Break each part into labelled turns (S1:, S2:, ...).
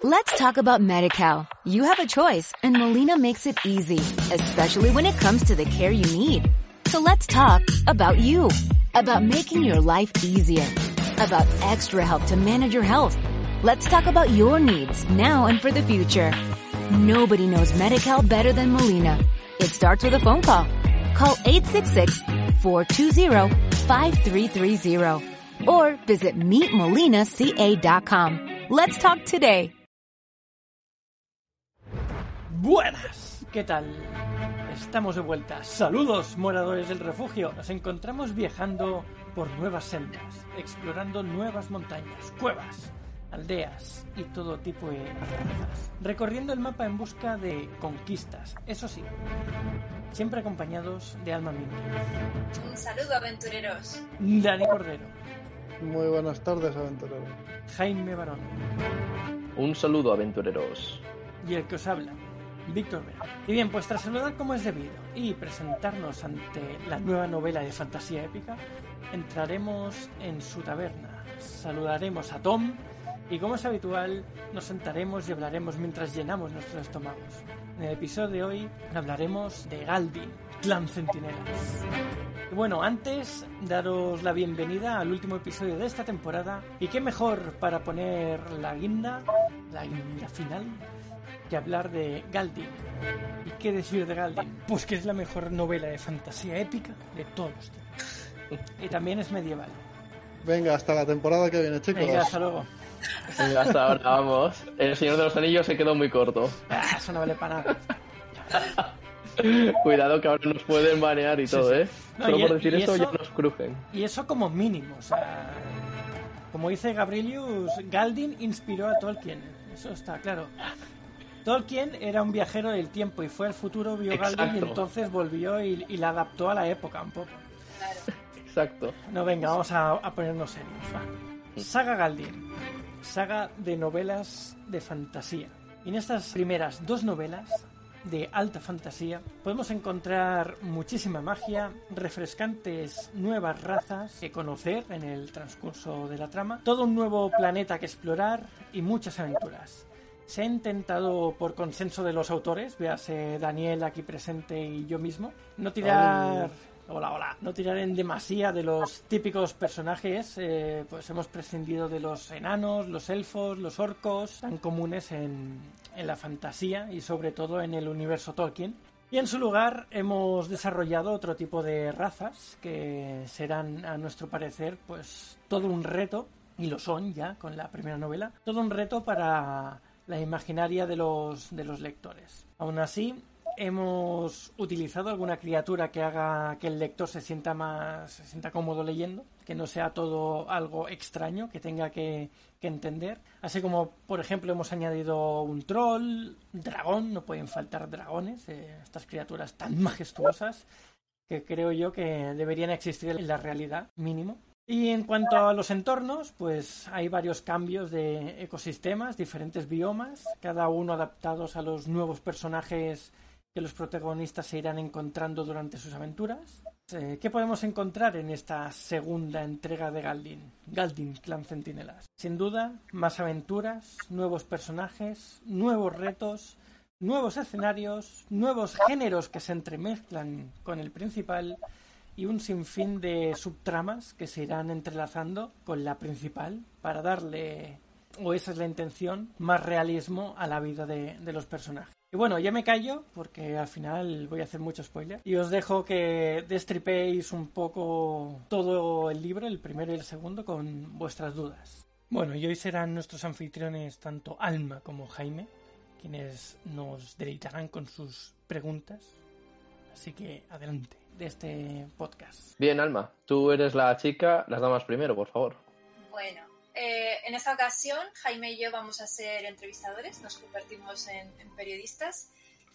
S1: Let's talk about Medi-Cal. You have a choice, and Molina makes it easy, especially when it comes to the care you need. So let's talk about you, about making your life easier, about extra help to manage your health. Let's talk about your needs now and for the future. Nobody knows Medi-Cal better than Molina. It starts with a phone call. Call 866-420-5330 or visit meetmolinaca.com. Let's talk today.
S2: Buenas, ¿qué tal? Estamos de vuelta. Saludos, moradores del refugio. Nos encontramos viajando por nuevas sendas, explorando nuevas montañas, cuevas, aldeas y todo tipo de razas, recorriendo el mapa en busca de conquistas, eso sí, siempre acompañados de Alma Minky.
S3: Un saludo, aventureros.
S2: Dani Cordero.
S4: Muy buenas tardes, aventureros.
S2: Jaime Barón.
S5: Un saludo, aventureros.
S2: Y el que os habla, Víctor Vera. Y bien, pues tras saludar como es debido y presentarnos ante la nueva novela de fantasía épica, entraremos en su taberna, saludaremos a Tom y, como es habitual, nos sentaremos y hablaremos mientras llenamos nuestros estómagos. En el episodio de hoy hablaremos de Galdin, Clan Centinelas. Y bueno, antes daros la bienvenida al último episodio de esta temporada, y qué mejor para poner la guinda final, que hablar de Galdin. ¿Y qué decir de Galdin? Pues que es la mejor novela de fantasía épica de todos los tiempos. Y también es medieval.
S4: Venga, hasta la temporada que viene, chicos.
S2: Venga, hasta luego.
S5: Venga, hasta ahora, vamos. El Señor de los Anillos se quedó muy corto.
S2: Eso no vale para nada.
S5: Cuidado que ahora nos pueden banear y todo, ¿eh?
S2: No,
S5: Solo
S2: y-
S5: por decir
S2: y
S5: esto
S2: eso-
S5: ya nos crujen.
S2: Y eso como mínimo, o sea, como dice Gabrielius, Galdin inspiró a Tolkien, eso está claro. Tolkien era un viajero del tiempo y fue al futuro, vio Galdin y
S5: Exacto.
S2: entonces volvió y la adaptó a la época un poco.
S3: Claro.
S5: Exacto.
S2: No, venga, vamos a ponernos serios, va. Saga Galdin, saga de novelas de fantasía. Y en estas primeras dos novelas de alta fantasía podemos encontrar muchísima magia, refrescantes nuevas razas que conocer en el transcurso de la trama, todo un nuevo planeta que explorar y muchas aventuras. Se ha intentado, por consenso de los autores, véase Daniel aquí presente y yo mismo, no tirar... Hola. No tirar en demasía de los típicos personajes, pues hemos prescindido de los enanos, los elfos, los orcos, tan comunes en la fantasía y sobre todo en el universo Tolkien. Y en su lugar hemos desarrollado otro tipo de razas que serán, a nuestro parecer, pues todo un reto, y lo son ya con la primera novela, todo un reto para la imaginaria de los lectores. Aún así, hemos utilizado alguna criatura que haga que el lector se sienta cómodo leyendo, que no sea todo algo extraño que tenga que entender, así como por ejemplo hemos añadido un troll, dragón, no pueden faltar dragones, estas criaturas tan majestuosas que creo yo que deberían existir en la realidad mínimo. Y en cuanto a los entornos, pues hay varios cambios de ecosistemas, diferentes biomas, cada uno adaptados a los nuevos personajes que los protagonistas se irán encontrando durante sus aventuras. ¿Qué podemos encontrar en esta segunda entrega de Galdin, Clan Centinelas? Sin duda, más aventuras, nuevos personajes, nuevos retos, nuevos escenarios, nuevos géneros que se entremezclan con el principal y un sinfín de subtramas que se irán entrelazando con la principal para darle, o esa es la intención, más realismo a la vida de los personajes. Y bueno, ya me callo porque al final voy a hacer mucho spoiler y os dejo que destripéis un poco todo el libro, el primero y el segundo, con vuestras dudas. Bueno, y hoy serán nuestros anfitriones tanto Alma como Jaime, quienes nos deleitarán con sus preguntas. Así que adelante de este podcast.
S5: Bien, Alma, tú eres la chica, las damas primero, por favor.
S3: Bueno, en esta ocasión Jaime y yo vamos a ser entrevistadores, nos convertimos en periodistas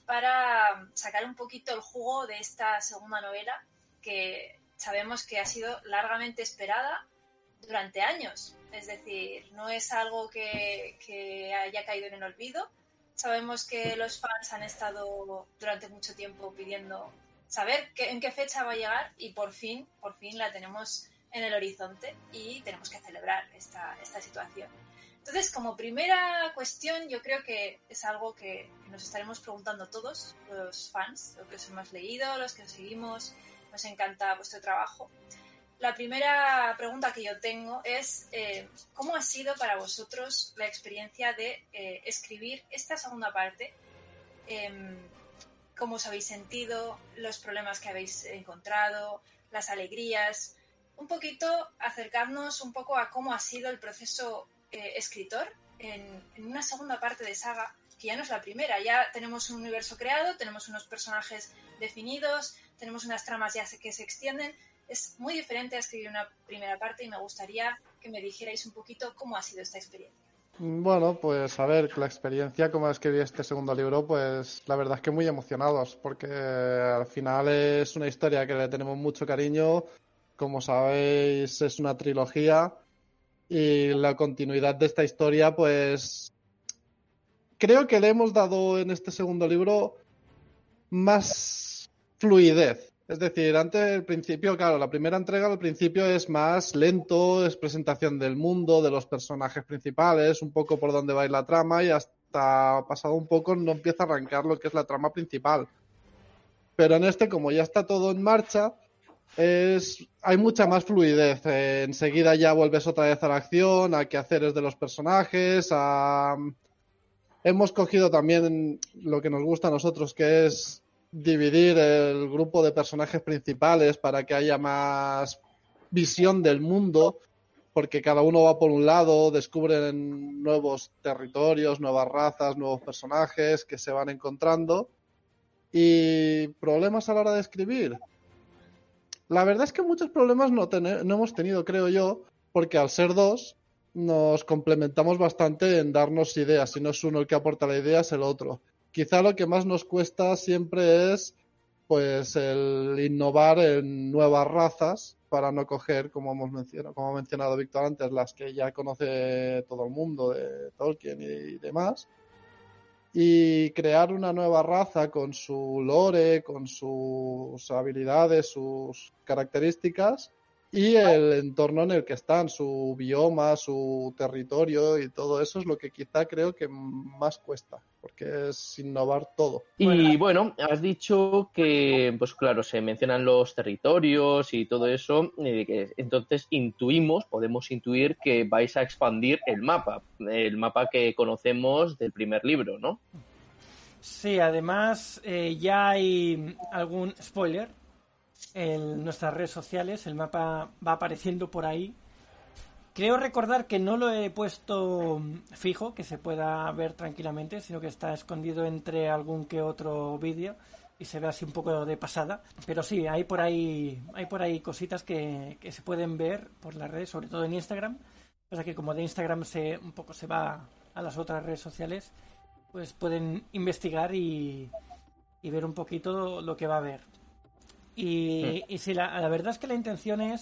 S3: para sacar un poquito el jugo de esta segunda novela que sabemos que ha sido largamente esperada durante años. Es decir, no es algo que haya caído en el olvido. Sabemos que los fans han estado durante mucho tiempo pidiendo saber en qué fecha va a llegar y por fin la tenemos en el horizonte y tenemos que celebrar esta situación. Entonces, como primera cuestión, yo creo que es algo que nos estaremos preguntando todos los fans, los que os hemos leído, los que os seguimos, nos encanta vuestro trabajo. La primera pregunta que yo tengo es ¿cómo ha sido para vosotros la experiencia de escribir esta segunda parte? ¿Cómo os habéis sentido? ¿Los problemas que habéis encontrado? ¿Las alegrías? Un poquito acercarnos un poco a cómo ha sido el proceso escritor en una segunda parte de saga, que ya no es la primera. Ya tenemos un universo creado, tenemos unos personajes definidos, tenemos unas tramas ya que se extienden. Es muy diferente a escribir una primera parte y me gustaría que me dijerais un poquito cómo ha sido esta experiencia.
S4: Bueno, pues a ver, la experiencia como escribí este segundo libro, pues la verdad es que muy emocionados, porque al final es una historia que le tenemos mucho cariño. Como sabéis, es una trilogía y la continuidad de esta historia, pues creo que le hemos dado en este segundo libro más fluidez. Es decir, antes, al principio, claro, la primera entrega al principio es más lento, es presentación del mundo, de los personajes principales, un poco por dónde va a ir la trama y hasta pasado un poco no empieza a arrancar lo que es la trama principal. Pero en este, como ya está todo en marcha, hay mucha más fluidez. Enseguida ya vuelves otra vez a la acción, a quehaceres de los personajes, Hemos cogido también lo que nos gusta a nosotros, que es dividir el grupo de personajes principales para que haya más visión del mundo, porque cada uno va por un lado, descubren nuevos territorios, nuevas razas, nuevos personajes que se van encontrando. ¿Y problemas a la hora de escribir? La verdad es que muchos problemas no hemos tenido, creo yo, porque al ser dos nos complementamos bastante en darnos ideas. Si no es uno el que aporta la idea, es el otro. Quizá lo que más nos cuesta siempre es pues el innovar en nuevas razas para no coger, como ha mencionado Víctor antes, las que ya conoce todo el mundo de Tolkien y demás, y crear una nueva raza con su lore, con sus habilidades, sus características y el entorno en el que están, su bioma, su territorio y todo eso es lo que quizá creo que más cuesta, porque es innovar todo.
S5: Y bueno, has dicho que, pues claro, se mencionan los territorios y todo eso, entonces podemos intuir que vais a expandir el mapa que conocemos del primer libro, ¿no?
S2: Sí, además ya hay algún spoiler en nuestras redes sociales, el mapa va apareciendo por ahí. Creo recordar que no lo he puesto fijo, que se pueda ver tranquilamente, sino que está escondido entre algún que otro vídeo y se ve así un poco de pasada. Pero sí, hay por ahí cositas que se pueden ver por las redes, sobre todo en Instagram. O sea que como de Instagram un poco se va a las otras redes sociales, pues pueden investigar y ver un poquito lo que va a haber. Y sí, la verdad es que la intención es,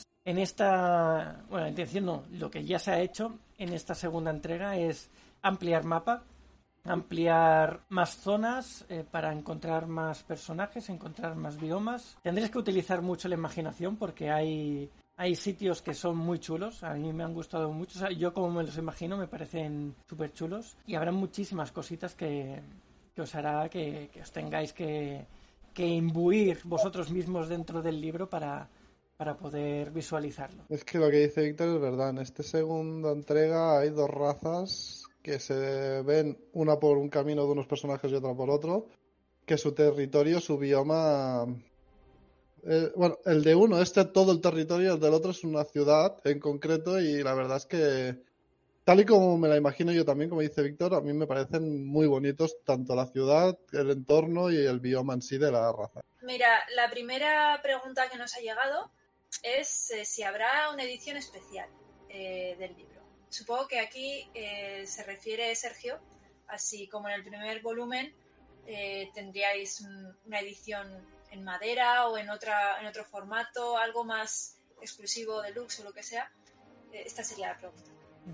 S2: la intención no, lo que ya se ha hecho en esta segunda entrega es ampliar mapa, ampliar más zonas para encontrar más personajes, encontrar más biomas. Tendréis que utilizar mucho la imaginación porque hay sitios que son muy chulos, a mí me han gustado mucho, o sea, yo como me los imagino me parecen súper chulos y habrá muchísimas cositas que os hará que os tengáis que imbuir vosotros mismos dentro del libro para poder visualizarlo.
S4: Es que lo que dice Víctor es verdad. En esta segunda entrega hay dos razas que se ven, una por un camino de unos personajes y otra por otro, que su territorio, su bioma... el de uno es todo el territorio, el del otro es una ciudad en concreto y la verdad es que tal y como me la imagino yo también, como dice Víctor, a mí me parecen muy bonitos tanto la ciudad, el entorno y el bioma en sí de la raza.
S3: Mira, la primera pregunta que nos ha llegado es si habrá una edición especial del libro. Supongo que aquí se refiere Sergio, así como en el primer volumen tendríais una edición en madera o en otro formato, algo más exclusivo, deluxe o lo que sea. Esta sería la pregunta.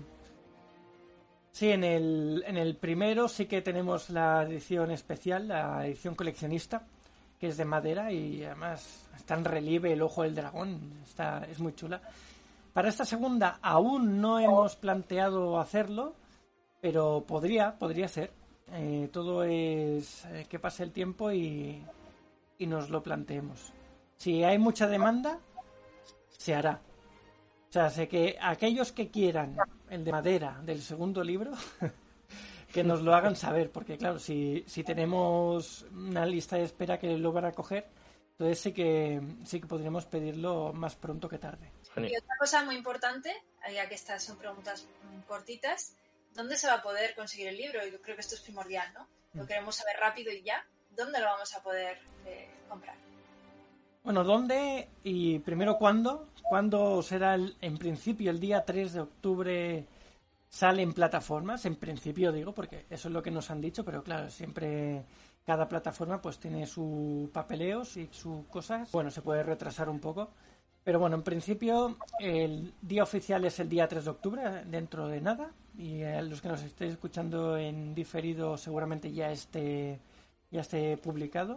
S2: Sí, en el primero sí que tenemos la edición especial, la edición coleccionista, que es de madera y además está en relieve el ojo del dragón, es muy chula. Para esta segunda aún no hemos planteado hacerlo, pero podría ser. Todo es que pase el tiempo y nos lo planteemos. Si hay mucha demanda, se hará. O sea, sé que aquellos que quieran el de madera del segundo libro, que nos lo hagan saber, porque claro, si tenemos una lista de espera que lo van a coger, entonces sí que podríamos pedirlo más pronto que tarde.
S3: Y otra cosa muy importante, ya que estas son preguntas cortitas, ¿dónde se va a poder conseguir el libro? Yo creo que esto es primordial, ¿no? Lo queremos saber rápido y ya. ¿Dónde lo vamos a poder comprar?
S2: Bueno, ¿dónde? Y primero, ¿cuándo? ¿Cuándo será? En principio, el día 3 de octubre sale en plataformas. En principio digo, porque eso es lo que nos han dicho, pero claro, siempre cada plataforma pues tiene sus papeleos y sus cosas. Bueno, se puede retrasar un poco. Pero bueno, en principio el día oficial es el día 3 de octubre, dentro de nada. Y los que nos estéis escuchando en diferido seguramente ya esté publicado.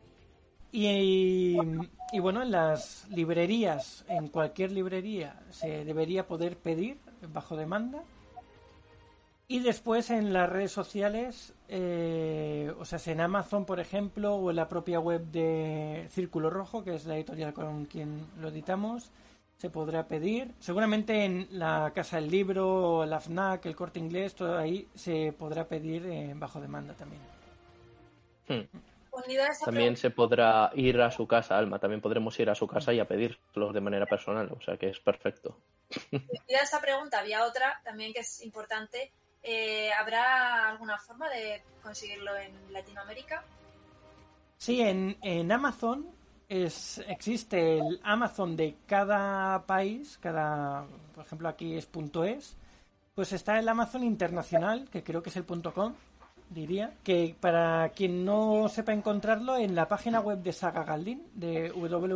S2: Y bueno, en las librerías, en cualquier librería, se debería poder pedir bajo demanda. Y después en las redes sociales, o sea, en Amazon, por ejemplo, o en la propia web de Círculo Rojo, que es la editorial con quien lo editamos, se podrá pedir. Seguramente en la Casa del Libro, la FNAC, el Corte Inglés, todo ahí se podrá pedir bajo demanda también.
S5: También se podrá ir a su casa, Alma. También podremos ir a su casa y a pedirlos de manera personal. O sea que es perfecto.
S3: Y a esta pregunta había otra también que es importante. ¿Habrá alguna forma de conseguirlo en Latinoamérica?
S2: Sí, en Amazon existe el Amazon de cada país, por ejemplo aquí es .es, pues está el Amazon internacional, que creo que es el .com, diría, que para quien no sepa encontrarlo, en la página web de Saga Galdin, de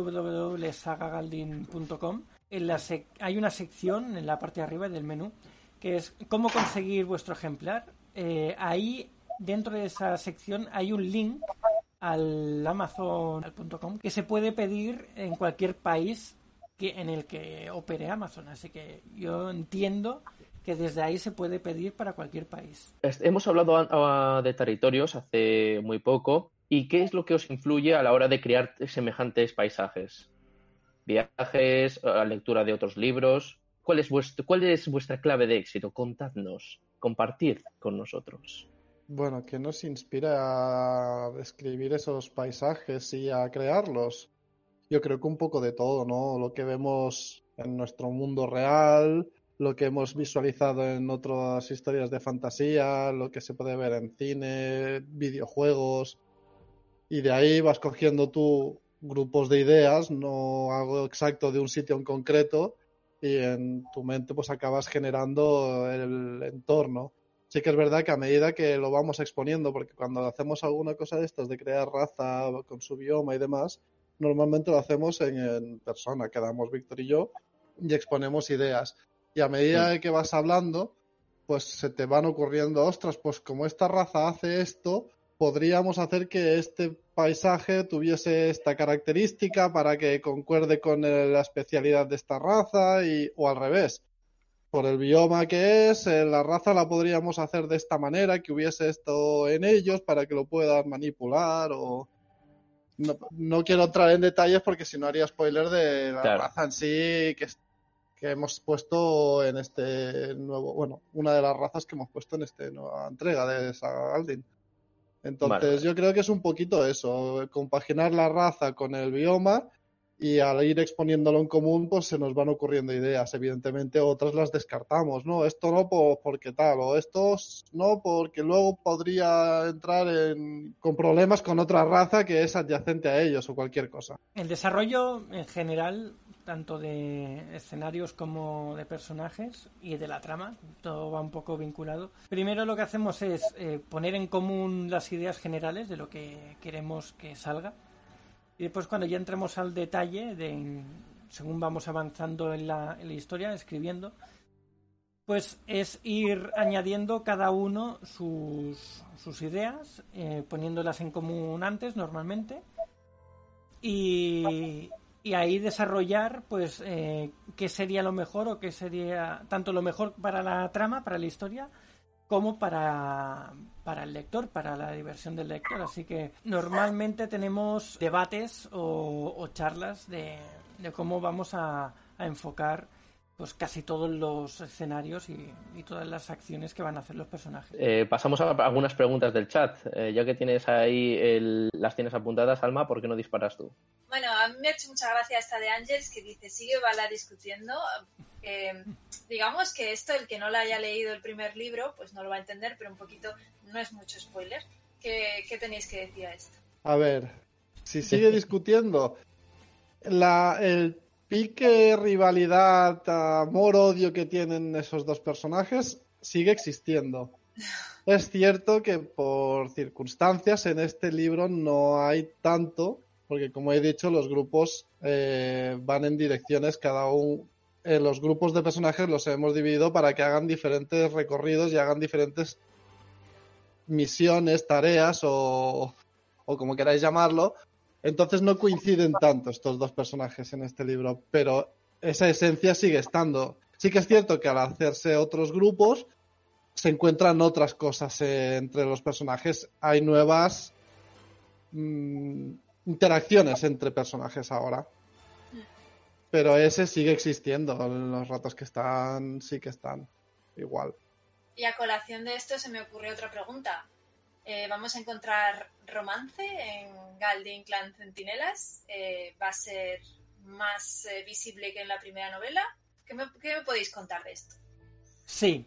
S2: www.sagagaldin.com, hay una sección en la parte de arriba del menú, que es cómo conseguir vuestro ejemplar. Ahí, dentro de esa sección, hay un link al Amazon.com que se puede pedir en cualquier país en el que opere Amazon. Así que yo entiendo que desde ahí se puede pedir para cualquier país.
S5: Hemos hablado de territorios hace muy poco. ¿Y qué es lo que os influye a la hora de crear semejantes paisajes? ¿Viajes, la lectura de otros libros? ¿Cuál es vuestra clave de éxito? Contadnos, compartid con nosotros.
S4: Bueno, ¿qué nos inspira a describir esos paisajes y a crearlos? Yo creo que un poco de todo, ¿no? Lo que vemos en nuestro mundo real, lo que hemos visualizado en otras historias de fantasía, lo que se puede ver en cine, videojuegos, y de ahí vas cogiendo tú grupos de ideas, no algo exacto de un sitio en concreto, y en tu mente pues acabas generando el entorno. Sí que es verdad que a medida que lo vamos exponiendo, porque cuando hacemos alguna cosa de estas de crear raza con su bioma y demás, normalmente lo hacemos en persona, quedamos Víctor y yo y exponemos ideas. Y a medida que vas hablando, pues se te van ocurriendo, ostras, pues como esta raza hace esto, podríamos hacer que este paisaje tuviese esta característica para que concuerde con la especialidad de esta raza o al revés. Por el bioma que es, la raza la podríamos hacer de esta manera, que hubiese esto en ellos para que lo puedan manipular o... No quiero entrar en detalles porque si no haría spoiler de la raza en sí que hemos puesto en este nuevo... Bueno, una de las razas que hemos puesto en esta nueva entrega de Saga Galdin. Entonces yo creo que es un poquito eso, compaginar la raza con el bioma y al ir exponiéndolo en común pues se nos van ocurriendo ideas, evidentemente otras las descartamos, ¿no? Esto no porque tal, o esto no porque luego podría entrar con problemas con otra raza que es adyacente a ellos o cualquier cosa.
S2: El desarrollo en general, tanto de escenarios como de personajes y de la trama, todo va un poco vinculado. Primero lo que hacemos es poner en común las ideas generales de lo que queremos que salga. Y después cuando ya entremos al detalle, según vamos avanzando en la historia, escribiendo, pues es ir añadiendo cada uno sus ideas, poniéndolas en común antes, normalmente, y ahí desarrollar pues qué sería lo mejor o qué sería tanto lo mejor para la trama, para la historia, como para el lector, para la diversión del lector. Así que normalmente tenemos debates o charlas de cómo vamos a enfocar pues casi todos los escenarios y todas las acciones que van a hacer los personajes.
S5: Pasamos a algunas preguntas del chat. Ya que tienes ahí las tienes apuntadas, Alma, ¿por qué no disparas tú?
S3: Bueno, a mí me ha hecho mucha gracia esta de Ángels, que dice, sigue Bala discutiendo. Digamos que esto, el que no lo haya leído el primer libro, pues no lo va a entender, pero un poquito, no es mucho spoiler. ¿Qué tenéis que decir a esto?
S4: A ver, si sigue discutiendo, el pique, rivalidad, amor, odio que tienen esos dos personajes sigue existiendo. Es cierto que por circunstancias en este libro no hay tanto, porque como he dicho, los grupos van en direcciones cada uno. Los grupos de personajes los hemos dividido para que hagan diferentes recorridos y hagan diferentes misiones, tareas o como queráis llamarlo. Entonces no coinciden tanto estos dos personajes en este libro, pero esa esencia sigue estando. Sí que es cierto que al hacerse otros grupos se encuentran otras cosas entre los personajes. Hay nuevas interacciones entre personajes ahora. Pero ese sigue existiendo. Los ratos que están, sí que están igual.
S3: Y a colación de esto se me ocurrió otra pregunta. ¿Vamos a encontrar romance en Galdin Clan Centinelas? ¿Va a ser más visible que en la primera novela? ¿Qué me podéis contar de esto?
S2: Sí.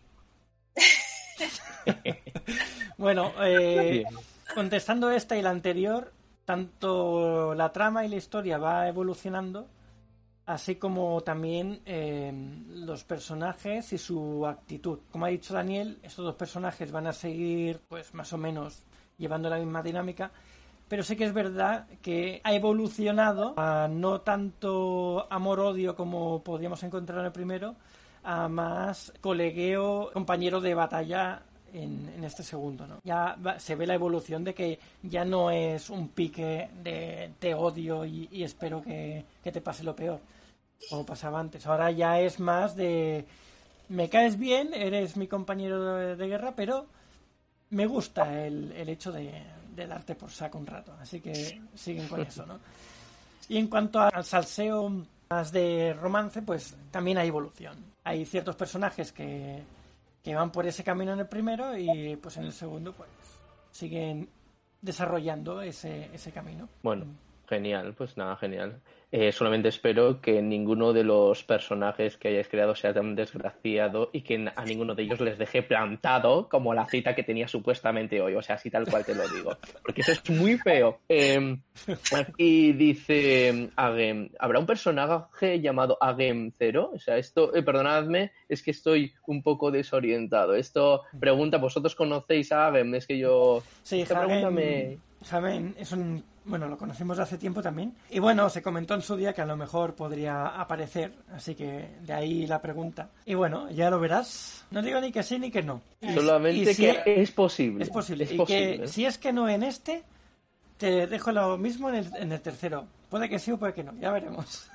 S2: Bueno, contestando esta y la anterior, tanto la trama y la historia va evolucionando, así como también los personajes y su actitud. Como ha dicho Daniel, estos dos personajes van a seguir pues más o menos llevando la misma dinámica, pero sí que es verdad que ha evolucionado a no tanto amor-odio como podíamos encontrar en el primero, a más colegueo, compañero de batalla en este segundo, ¿no? Ya se ve la evolución de que ya no es un pique de te odio y espero que te pase lo peor, como pasaba antes. Ahora ya es más de me caes bien, eres mi compañero de guerra, pero me gusta el hecho de darte por saco un rato, así que siguen con eso, ¿no? Y en cuanto al salseo más de romance, pues también hay evolución. Hay ciertos personajes que van por ese camino en el primero y pues en el segundo pues siguen desarrollando ese camino.
S5: Bueno, genial, pues nada, genial. Solamente espero que ninguno de los personajes que hayáis creado sea tan desgraciado y que a ninguno de ellos les deje plantado como la cita que tenía supuestamente hoy, o sea, así tal cual te lo digo, porque eso es muy feo. Y dice Agem, ¿habrá un personaje llamado Agem 0? O sea, esto, perdonadme, es que estoy un poco desorientado. Esto pregunta, ¿vosotros conocéis a Agem? Es que yo...
S2: Sí, Agem es un... Bueno, lo conocimos hace tiempo también. Y bueno, se comentó en su día que a lo mejor podría aparecer, así que de ahí la pregunta. Y bueno, ya lo verás. No digo ni que sí ni que no.
S5: Solamente
S2: si
S5: que es posible.
S2: Es posible.
S5: Es posible.
S2: Que si es que no en este, te dejo lo mismo en el tercero. Puede que sí o puede que no, ya veremos.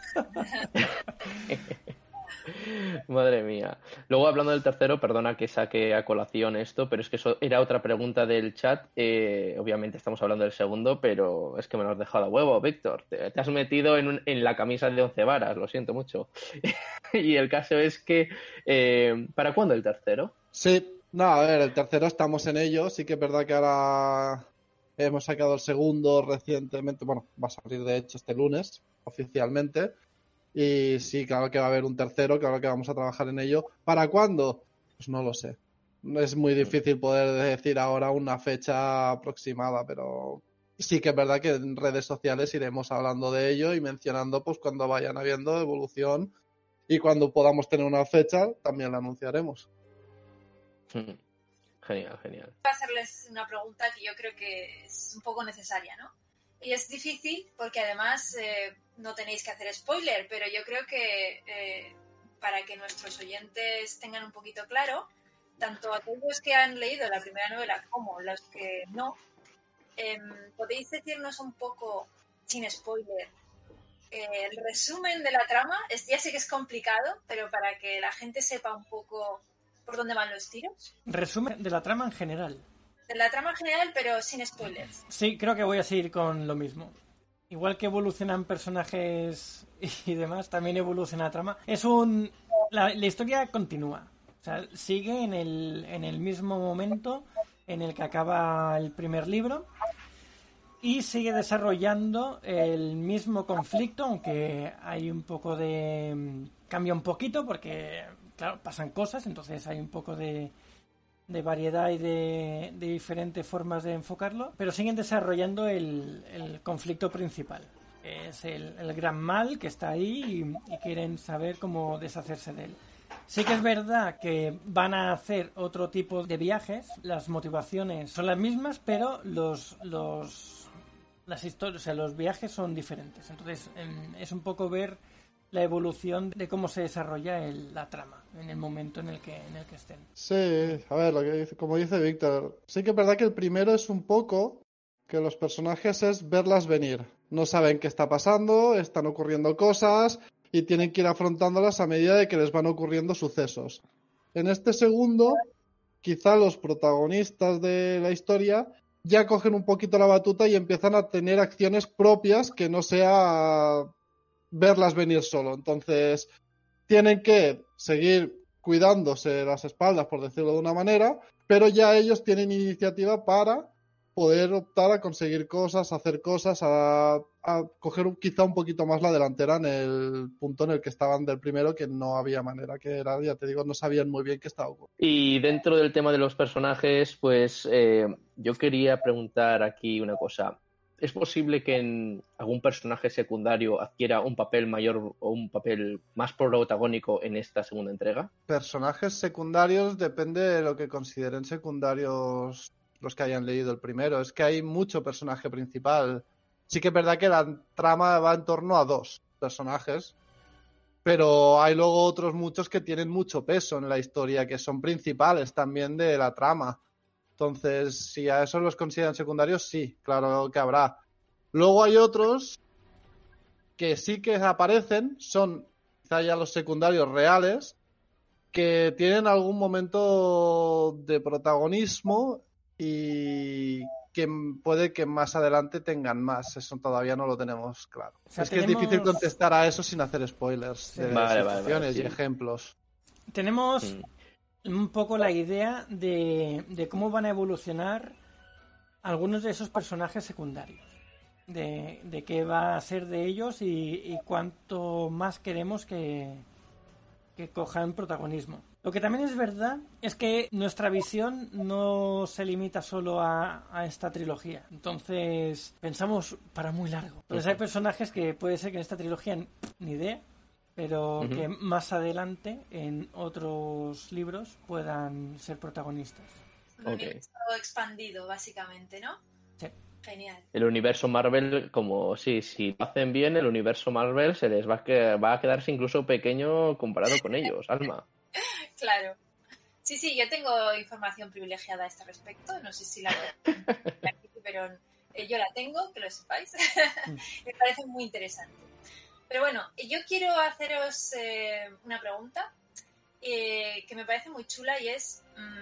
S5: Madre mía. Luego, hablando del tercero, perdona que saque a colación esto, pero es que eso era otra pregunta del chat. Obviamente estamos hablando del segundo, pero es que me lo has dejado a huevo, Víctor. Te has metido en la camisa de 11 varas, lo siento mucho. Y el caso es que, ¿para cuándo el tercero?
S4: Sí, no, a ver, el tercero estamos en ello. Sí que es verdad que ahora hemos sacado el segundo recientemente. Bueno, va a salir de hecho este lunes, oficialmente. Y sí, claro que va a haber un tercero, claro que vamos a trabajar en ello. ¿Para cuándo? Pues no lo sé. Es muy difícil poder decir ahora una fecha aproximada, pero sí que es verdad que en redes sociales iremos hablando de ello y mencionando pues cuando vayan habiendo evolución y cuando podamos tener una fecha también la anunciaremos.
S5: Genial, genial.
S3: Voy a hacerles una pregunta que yo creo que es un poco necesaria, ¿no? Y es difícil porque además no tenéis que hacer spoiler, pero yo creo que para que nuestros oyentes tengan un poquito claro, tanto aquellos que han leído la primera novela como los que no, ¿podéis decirnos un poco, sin spoiler, el resumen de la trama? Ya sé que es complicado, pero para que la gente sepa un poco por dónde van los tiros?
S2: Resumen de la trama en general.
S3: De la trama en general, pero sin spoilers.
S2: Sí, creo que voy a seguir con lo mismo. Igual que evolucionan personajes y demás, también evoluciona la trama. La historia continúa. O sea, sigue en el mismo momento en el que acaba el primer libro y sigue desarrollando el mismo conflicto, aunque hay un poco de... Cambia un poquito porque, claro, pasan cosas, entonces hay un poco de variedad y de diferentes formas de enfocarlo, pero siguen desarrollando el conflicto principal. Es el gran mal que está ahí y quieren saber cómo deshacerse de él. Sí que es verdad que van a hacer otro tipo de viajes, las motivaciones son las mismas, pero las historias, o sea, los viajes son diferentes. Entonces es un poco ver la evolución de cómo se desarrolla la trama en el momento en el que estén.
S4: Sí, a ver, como dice Víctor, sí que es verdad que el primero es un poco que los personajes es verlas venir. No saben qué está pasando, están ocurriendo cosas y tienen que ir afrontándolas a medida de que les van ocurriendo sucesos. En este segundo, quizá los protagonistas de la historia ya cogen un poquito la batuta y empiezan a tener acciones propias que no sea verlas venir solo. Entonces, tienen que seguir cuidándose las espaldas, por decirlo de una manera, pero ya ellos tienen iniciativa para poder optar a conseguir cosas, a hacer cosas, a coger quizá un poquito más la delantera en el punto en el que estaban del primero, que no había manera, que era, ya te digo, no sabían muy bien qué estaba ocurriendo.
S5: Y dentro del tema de los personajes, pues yo quería preguntar aquí una cosa. ¿Es posible que algún personaje secundario adquiera un papel mayor o un papel más protagónico en esta segunda entrega?
S4: Personajes secundarios depende de lo que consideren secundarios los que hayan leído el primero. Es que hay mucho personaje principal. Sí que es verdad que la trama va en torno a 2 personajes, pero hay luego otros muchos que tienen mucho peso en la historia, que son principales también de la trama. Entonces, si a esos los consideran secundarios, sí, claro que habrá. Luego hay otros que sí que aparecen, son quizá ya los secundarios reales, que tienen algún momento de protagonismo y que puede que más adelante tengan más. Eso todavía no lo tenemos claro.
S2: O sea,
S4: es que es difícil contestar a eso sin hacer spoilers de situaciones y ejemplos.
S2: Tenemos un poco la idea de cómo van a evolucionar algunos de esos personajes secundarios, de qué va a ser de ellos y cuánto más queremos que cojan protagonismo. Lo que también es verdad es que nuestra visión no se limita solo a esta trilogía. Entonces pensamos para muy largo. Entonces hay personajes que puede ser que en esta trilogía ni idea, pero que más adelante en otros libros puedan ser protagonistas.
S3: Un universo expandido, básicamente, ¿no?
S2: Sí.
S3: Genial.
S5: El universo Marvel, como si lo hacen bien, el universo Marvel se les va a quedarse incluso pequeño comparado con ellos, Alma.
S3: Claro. Sí, yo tengo información privilegiada a este respecto. No sé si la aquí, pero yo la tengo, que lo sepáis. Me parece muy interesante. Pero bueno, yo quiero haceros una pregunta que me parece muy chula y es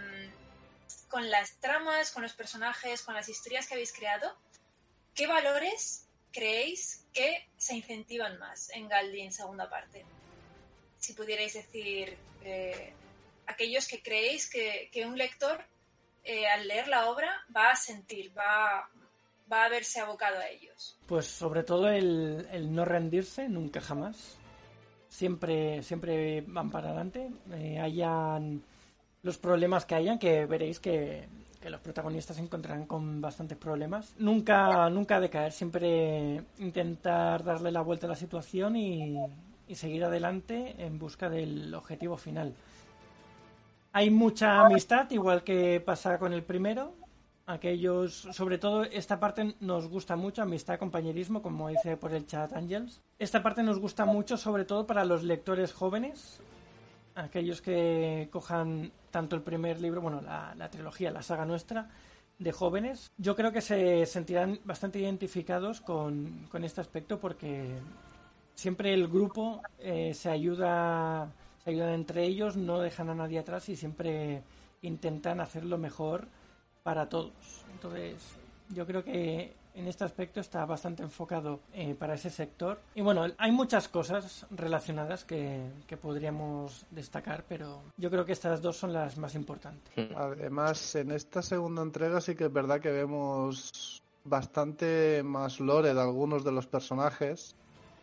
S3: con las tramas, con los personajes, con las historias que habéis creado, ¿qué valores creéis que se incentivan más en Galdin segunda parte? Si pudierais decir aquellos que creéis que un lector al leer la obra va a sentir, va a verse abocado a ellos.
S2: Pues sobre todo el no rendirse nunca jamás. Siempre van para adelante. Hayan los problemas que hayan, que veréis que los protagonistas se encontrarán con bastantes problemas. Nunca decaer, siempre intentar darle la vuelta a la situación y seguir adelante en busca del objetivo final. Hay mucha amistad, igual que pasa con el primero. Aquellos, sobre todo esta parte nos gusta mucho, amistad, compañerismo, como dice por el chat Ángels. Esta parte nos gusta mucho, sobre todo para los lectores jóvenes, aquellos que cojan tanto el primer libro, bueno, la trilogía, la saga nuestra, de jóvenes. Yo creo que se sentirán bastante identificados con este aspecto porque siempre el grupo se ayuda se ayudan entre ellos, no dejan a nadie atrás y siempre intentan hacer lo mejor para todos. Entonces, yo creo que en este aspecto está bastante enfocado para ese sector. Y bueno, hay muchas cosas relacionadas que podríamos destacar, pero yo creo que estas dos son las más importantes.
S4: Además, en esta segunda entrega sí que es verdad que vemos bastante más lore de algunos de los personajes.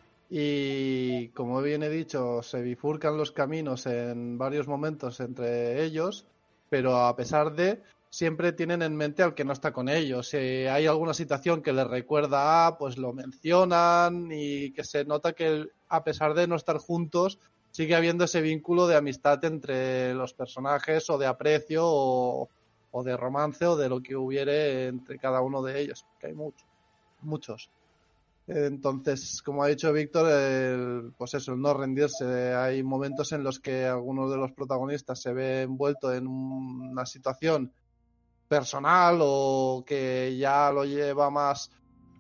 S4: Y como bien he dicho, se bifurcan los caminos en varios momentos entre ellos, pero a pesar de, siempre tienen en mente al que no está con ellos. Si hay alguna situación que les recuerda a, pues lo mencionan, y que se nota que a pesar de no estar juntos, sigue habiendo ese vínculo de amistad entre los personajes, o de aprecio, o de romance, o de lo que hubiere entre cada uno de ellos, que hay muchos. Entonces, como ha dicho Víctor, pues eso, el no rendirse. Hay momentos en los que algunos de los protagonistas se ve envuelto en una situación personal o que ya lo lleva más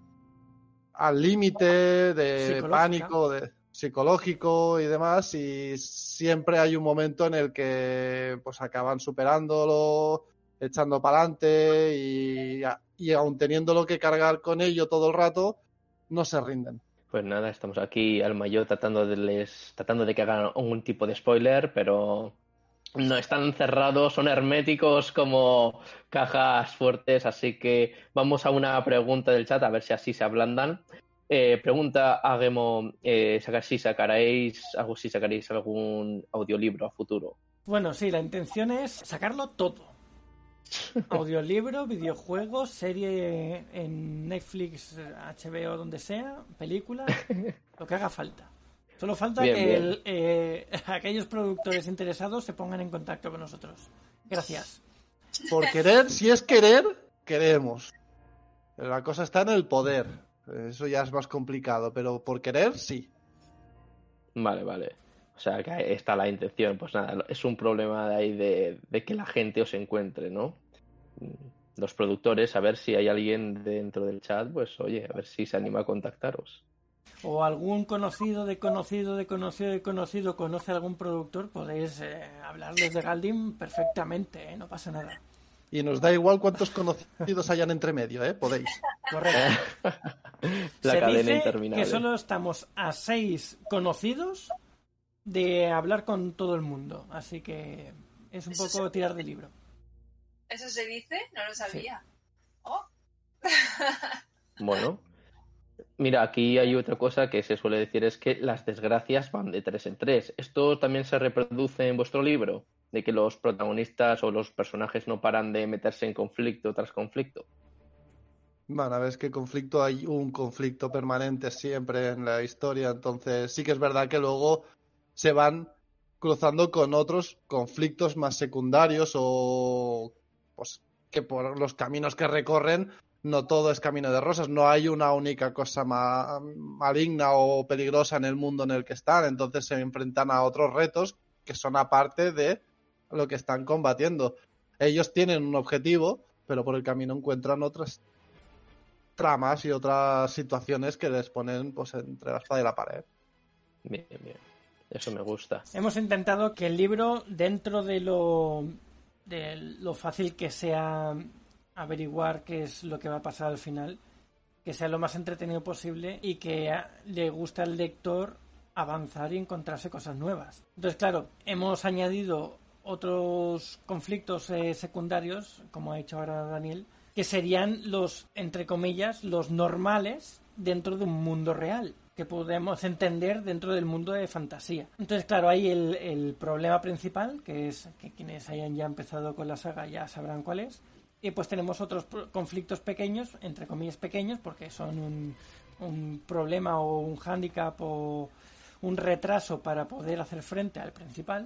S4: al límite de pánico, de psicológico y demás, y siempre hay un momento en el que pues acaban superándolo, echando para adelante y aun teniéndolo que cargar con ello todo el rato, no se rinden.
S5: Pues nada, estamos aquí al mayor tratando de que hagan algún tipo de spoiler, pero no están cerrados, son herméticos como cajas fuertes, así que vamos a una pregunta del chat a ver si así se ablandan. Pregunta a Gemo, si sacaréis algún audiolibro a futuro.
S2: Bueno, sí, la intención es sacarlo todo. Audiolibro, videojuegos, serie en Netflix, HBO, donde sea, película, lo que haga falta. Solo falta que aquellos productores interesados se pongan en contacto con nosotros. Gracias.
S4: Por querer, si es querer, queremos. La cosa está en el poder. Eso ya es más complicado, pero por querer, sí.
S5: Vale. O sea, que está la intención. Pues nada, es un problema de ahí de que la gente os encuentre, ¿no? Los productores, a ver si hay alguien dentro del chat, pues oye, a ver si se anima a contactaros.
S2: O algún conocido conoce a algún productor, podéis hablarles de Galdin perfectamente, no pasa nada.
S4: Y nos da igual cuántos conocidos hayan entre medio, podéis.
S2: Correcto.
S5: La cadena
S2: dice
S5: interminable.
S2: Que solo estamos a 6 conocidos de hablar con todo el mundo, así que es un poco tirar de libro.
S3: ¿Eso se dice? No lo sabía. Sí. Oh.
S5: Bueno, mira, aquí hay otra cosa que se suele decir, es que las desgracias van de 3 en 3. ¿Esto también se reproduce en vuestro libro? De que los protagonistas o los personajes no paran de meterse en conflicto tras conflicto.
S4: Bueno, a ver, es que hay un conflicto permanente siempre en la historia, entonces sí que es verdad que luego se van cruzando con otros conflictos más secundarios, o pues que por los caminos que recorren no todo es camino de rosas, no hay una única cosa maligna o peligrosa en el mundo en el que están, entonces se enfrentan a otros retos que son aparte de lo que están combatiendo. Ellos tienen un objetivo, pero por el camino encuentran otras tramas y otras situaciones que les ponen pues entre la espada y la pared.
S5: Bien. Eso me gusta.
S2: Hemos intentado que el libro, dentro de lo fácil que sea averiguar qué es lo que va a pasar al final, que sea lo más entretenido posible y que le guste al lector avanzar y encontrarse cosas nuevas. Entonces, claro, hemos añadido otros conflictos secundarios, como ha dicho ahora Daniel, que serían los, entre comillas, los normales dentro de un mundo real, que podemos entender dentro del mundo de fantasía. Entonces, claro, hay el problema principal, que es que quienes hayan ya empezado con la saga ya sabrán cuál es, y pues tenemos otros conflictos pequeños, entre comillas pequeños, porque son un problema o un hándicap o un retraso para poder hacer frente al principal,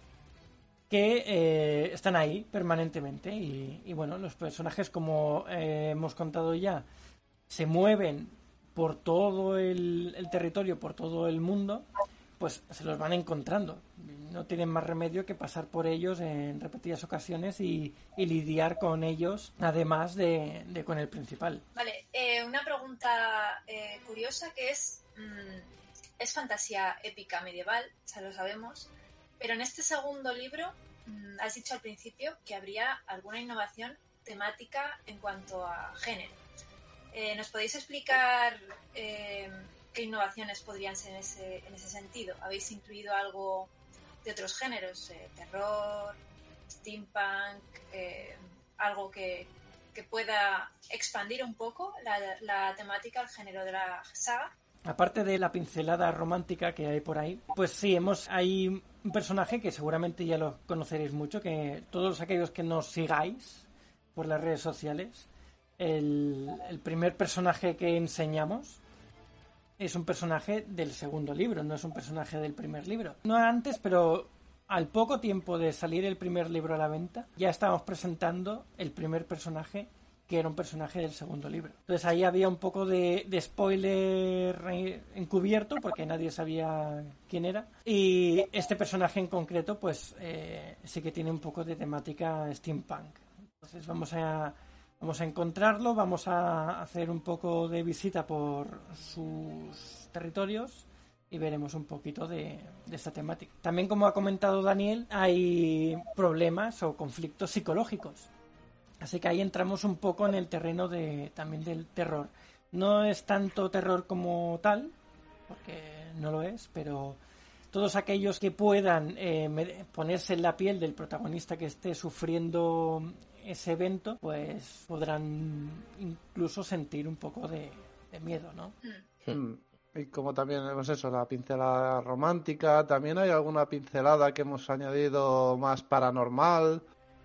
S2: que están ahí permanentemente. Y bueno, los personajes, como hemos contado ya, se mueven por todo el territorio, por todo el mundo, pues se los van encontrando. No tienen más remedio que pasar por ellos en repetidas ocasiones y lidiar con ellos, además de con el principal.
S3: Vale, una pregunta curiosa que es fantasía épica medieval, ya lo sabemos, Pero en este segundo libro has dicho al principio que habría alguna innovación temática en cuanto a género. ¿Nos podéis explicar qué innovaciones podrían ser en ese sentido? ¿Habéis incluido algo de otros géneros? Terror, steampunk, algo que pueda expandir un poco la temática, el género de la saga.
S2: Aparte de la pincelada romántica que hay por ahí, pues sí, hay un personaje que seguramente ya lo conoceréis mucho, que todos aquellos que nos sigáis por las redes sociales, el primer personaje que enseñamos es un personaje del segundo libro, no es un personaje del primer libro. No antes, pero al poco tiempo de salir el primer libro a la venta, ya estábamos presentando el primer personaje, que era un personaje del segundo libro. Entonces ahí había un poco de spoiler encubierto, porque nadie sabía quién era. Y este personaje en concreto, pues sí que tiene un poco de temática steampunk. Entonces vamos a encontrarlo, vamos a hacer un poco de visita por sus territorios y veremos un poquito de esta temática. También, como ha comentado Daniel, hay problemas o conflictos psicológicos. Así que ahí entramos un poco en el terreno también del terror. No es tanto terror como tal, porque no lo es, pero todos aquellos que puedan ponerse en la piel del protagonista que esté sufriendo ese evento, pues podrán incluso sentir un poco de miedo, ¿no?
S4: Y como también hemos hecho la pincelada romántica, también hay alguna pincelada que hemos añadido más paranormal.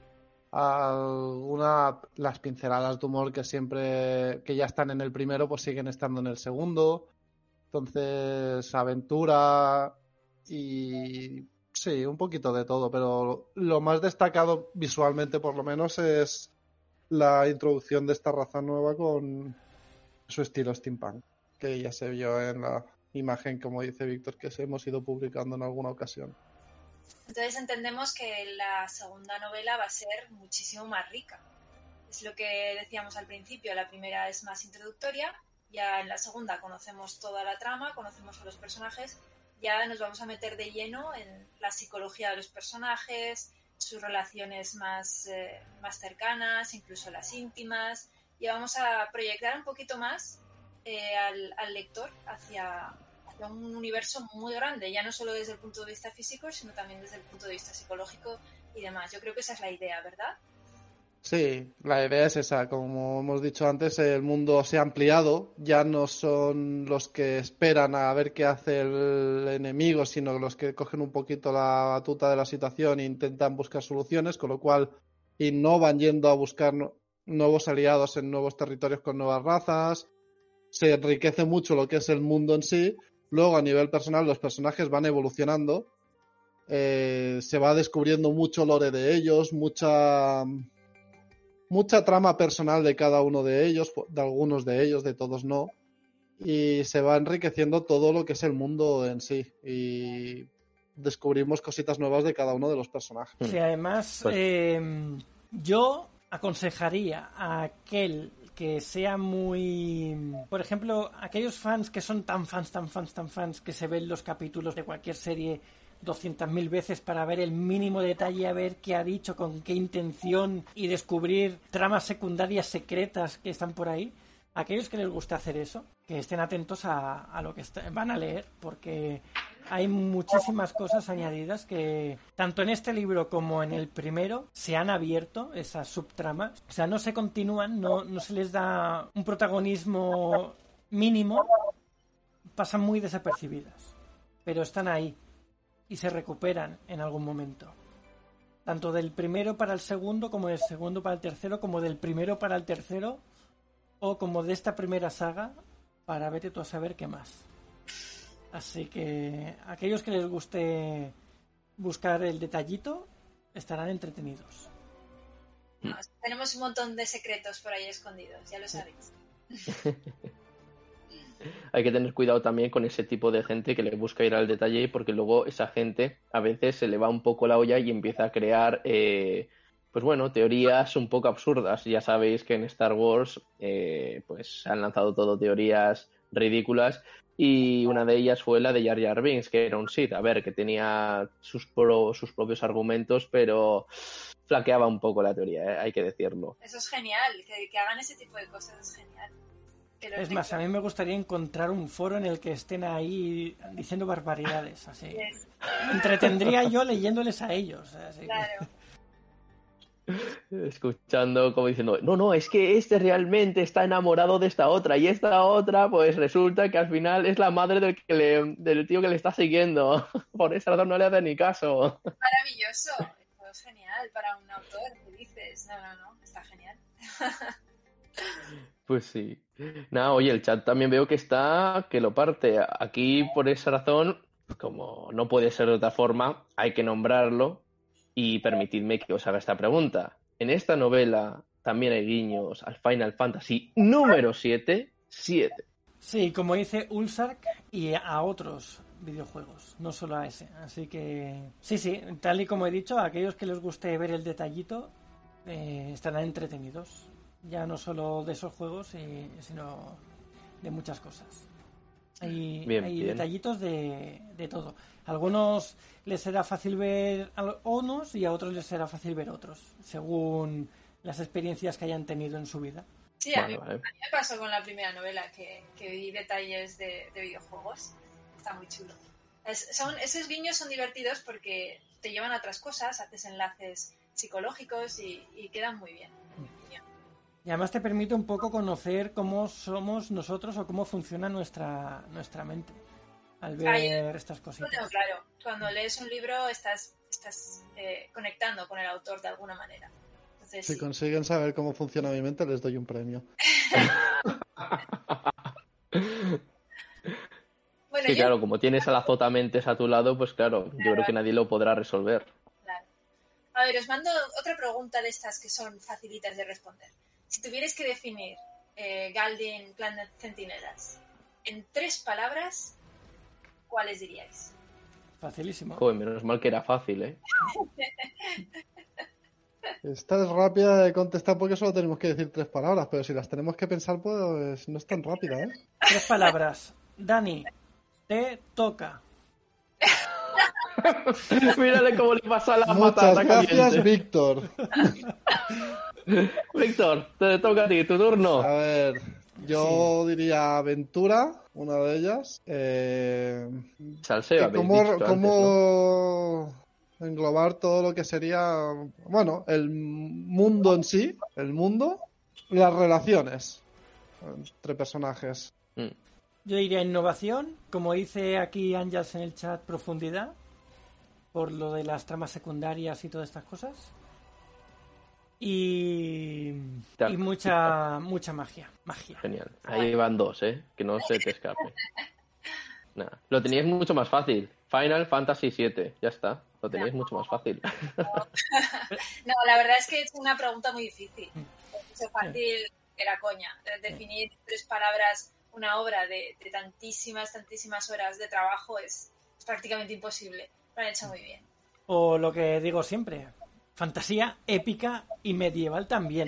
S4: Las pinceladas de humor que ya están en el primero, pues siguen estando en el segundo. Entonces, aventura y sí, un poquito de todo, pero lo más destacado visualmente, por lo menos, es la introducción de esta raza nueva con su estilo steampunk, que ya se vio en la imagen, como dice Víctor, que hemos ido publicando en alguna ocasión.
S3: Entonces entendemos que la segunda novela va a ser muchísimo más rica. Es lo que decíamos al principio, la primera es más introductoria, ya en la segunda conocemos toda la trama, conocemos a los personajes, ya nos vamos a meter de lleno en la psicología de los personajes, sus relaciones más cercanas, incluso las íntimas, y vamos a proyectar un poquito más al lector hacia un universo muy grande, ya no solo desde el punto de vista físico, sino también desde el punto de vista psicológico y demás. Yo creo que esa es la idea, ¿verdad?
S4: Sí, la idea es esa. Como hemos dicho antes, el mundo se ha ampliado. Ya no son los que esperan a ver qué hace el enemigo, sino los que cogen un poquito la batuta de la situación e intentan buscar soluciones, con lo cual innovan yendo a buscar nuevos aliados en nuevos territorios con nuevas razas. Se enriquece mucho lo que es el mundo en sí. Luego, a nivel personal, los personajes van evolucionando. Se va descubriendo mucho lore de ellos, mucha trama personal de cada uno de ellos, de algunos de ellos, de todos no. Y se va enriqueciendo todo lo que es el mundo en sí. Y descubrimos cositas nuevas de cada uno de los personajes.
S2: Sí, además, yo aconsejaría a aquel que sea muy... Por ejemplo, aquellos fans que son tan fans, que se ven los capítulos de cualquier serie 200.000 veces para ver el mínimo detalle, a ver qué ha dicho, con qué intención y descubrir tramas secundarias secretas que están por ahí. Aquellos que les gusta hacer eso, que estén atentos a lo que van a leer, porque hay muchísimas cosas añadidas que tanto en este libro como en el primero se han abierto esas subtramas. O sea, no se continúan, no se les da un protagonismo mínimo, pasan muy desapercibidas, pero están ahí y se recuperan en algún momento. Tanto del primero para el segundo, como del segundo para el tercero, como del primero para el tercero, o como de esta primera saga, para vete tú a saber qué más. Así que aquellos que les guste buscar el detallito estarán entretenidos.
S3: Tenemos un montón de secretos por ahí escondidos, ya lo sabéis.
S5: Hay que tener cuidado también con ese tipo de gente que le busca ir al detalle, porque luego esa gente a veces se le va un poco la olla y empieza a crear pues bueno, teorías un poco absurdas. Ya sabéis que en Star Wars pues han lanzado todo teorías ridículas. Y una de ellas fue la de Jar Jar Binks, que era un Sith. A ver, que tenía sus propios argumentos, pero flaqueaba un poco la teoría, hay que decirlo.
S3: Eso es genial, que hagan ese tipo de cosas es genial.
S2: Es más, a mí me gustaría encontrar un foro en el que estén ahí diciendo barbaridades, así.
S3: Yes.
S2: Me entretendría yo leyéndoles a ellos. Así.
S3: Claro.
S5: Escuchando como diciendo, no, es que este realmente está enamorado de esta otra y esta otra pues resulta que al final es la madre del tío que le está siguiendo. Por esa razón no le hace ni caso.
S3: Maravilloso, esto es genial para un autor, ¿qué dices? No, está genial.
S5: Pues sí. Nada, oye, el chat también veo que lo parte. Aquí por esa razón, como no puede ser de otra forma, hay que nombrarlo. Y permitidme que os haga esta pregunta. En esta novela también hay guiños al Final Fantasy número 7.
S2: Sí, como dice Ulsark, y a otros videojuegos, no solo a ese. Así que sí, tal y como he dicho, a aquellos que les guste ver el detallito estarán entretenidos. Ya no solo de esos juegos, sino de muchas cosas. Hay detallitos de todo. A algunos les será fácil ver a unos y a otros les será fácil ver otros, según las experiencias que hayan tenido en su vida.
S3: Sí, a mí me pasó con la primera novela, que vi detalles de videojuegos. Está muy chulo. Esos guiños son divertidos porque te llevan a otras cosas, haces enlaces psicológicos y quedan muy bien.
S2: Y además te permite un poco conocer cómo somos nosotros o cómo funciona nuestra mente al ver estas cositas.
S3: Claro, cuando lees un libro estás conectando con el autor de alguna manera. Entonces,
S4: si consiguen saber cómo funciona mi mente, les doy un premio.
S3: Bueno,
S5: sí, claro, como tienes a la Zotamentes a tu lado, pues claro, yo creo que nadie lo podrá resolver.
S3: Claro. A ver, os mando otra pregunta de estas que son facilitas de responder. Si tuvierais que definir Galdin Clan de Centinelas en 3 palabras, ¿cuáles diríais?
S2: Facilísimo.
S5: Joder, menos mal que era fácil, ¿eh?
S4: Esta es rápida de contestar porque solo tenemos que decir 3 palabras, pero si las tenemos que pensar, pues no es tan rápida, ¿eh?
S2: 3 palabras. Dani, te toca.
S5: Mírale cómo le pasa la
S4: Muchas
S5: patata
S4: gracias,
S5: caliente.
S4: Víctor.
S5: Víctor, te toca a ti, tu turno.
S4: A ver, yo diría aventura, una de ellas.
S5: Salseo, habéis
S4: ¿Cómo,
S5: dicho
S4: cómo
S5: antes, ¿no?
S4: englobar todo lo que sería, bueno, el mundo en sí, el mundo, y las relaciones entre personajes?
S2: Yo diría innovación, como dice aquí Ángels en el chat, profundidad, por lo de las tramas secundarias y todas estas cosas. Y mucha magia.
S5: Genial. Ahí van 2, ¿eh? Que no se te escape. Nada. Lo teníais mucho más fácil. Final Fantasy VII. Ya está. Lo teníais mucho más fácil.
S3: No, la verdad es que es una pregunta muy difícil. Mucho fácil era coña. Definir 3 palabras una obra de tantísimas horas de trabajo es prácticamente imposible. Lo han hecho muy bien.
S2: O lo que digo siempre, fantasía épica y medieval también.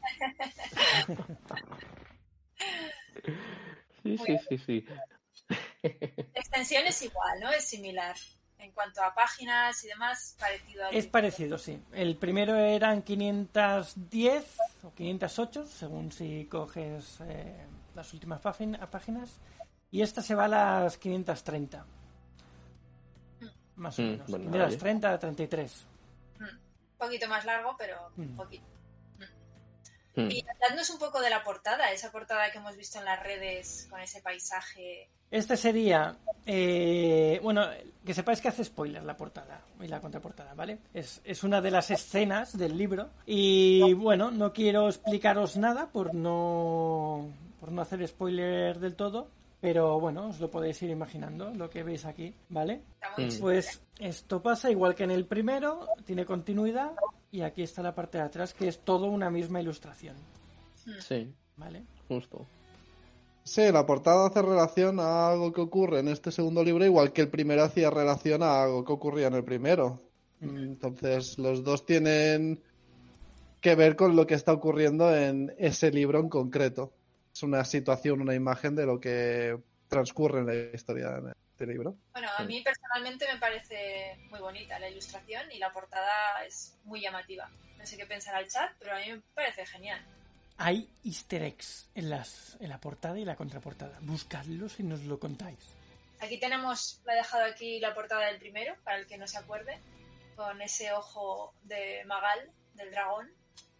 S5: Sí.
S3: Extensión es igual, ¿no? Es similar. En cuanto a páginas y demás, parecido al...
S2: Es parecido, sí. El primero eran 510 o 508, según si coges las últimas páginas. Y esta se va a las 530. Más o menos.
S5: Bueno,
S2: 530 33.
S3: Un poquito más largo, pero poquito.
S5: Mm.
S3: Y hablándonos un poco de la portada, esa portada que hemos visto en las redes con ese paisaje.
S2: Este sería, bueno, que sepáis que hace spoiler la portada y la contraportada, ¿vale? Es una de las escenas del libro y bueno, no quiero explicaros nada por no hacer spoiler del todo, pero bueno, os lo podéis ir imaginando, lo que veis aquí, ¿vale? Pues esto pasa igual que en el primero, tiene continuidad y aquí está la parte de atrás que es todo una misma ilustración.
S5: Sí,
S2: ¿Vale?
S5: justo.
S4: Sí, la portada hace relación a algo que ocurre en este segundo libro, igual que el primero hacía relación a algo que ocurría en el primero. Entonces, los dos tienen que ver con lo que está ocurriendo en ese libro en concreto. es una situación, una imagen de lo que transcurre en la historia de este libro.
S3: Bueno, a mí personalmente me parece muy bonita la ilustración y la portada es muy llamativa. No sé qué pensará el chat, pero a mí me parece genial.
S2: Hay easter eggs en la portada y la contraportada. Buscadlos y nos lo contáis.
S3: Aquí tenemos, la he dejado aquí la portada del primero, para el que no se acuerde, con ese ojo de Magal, del dragón.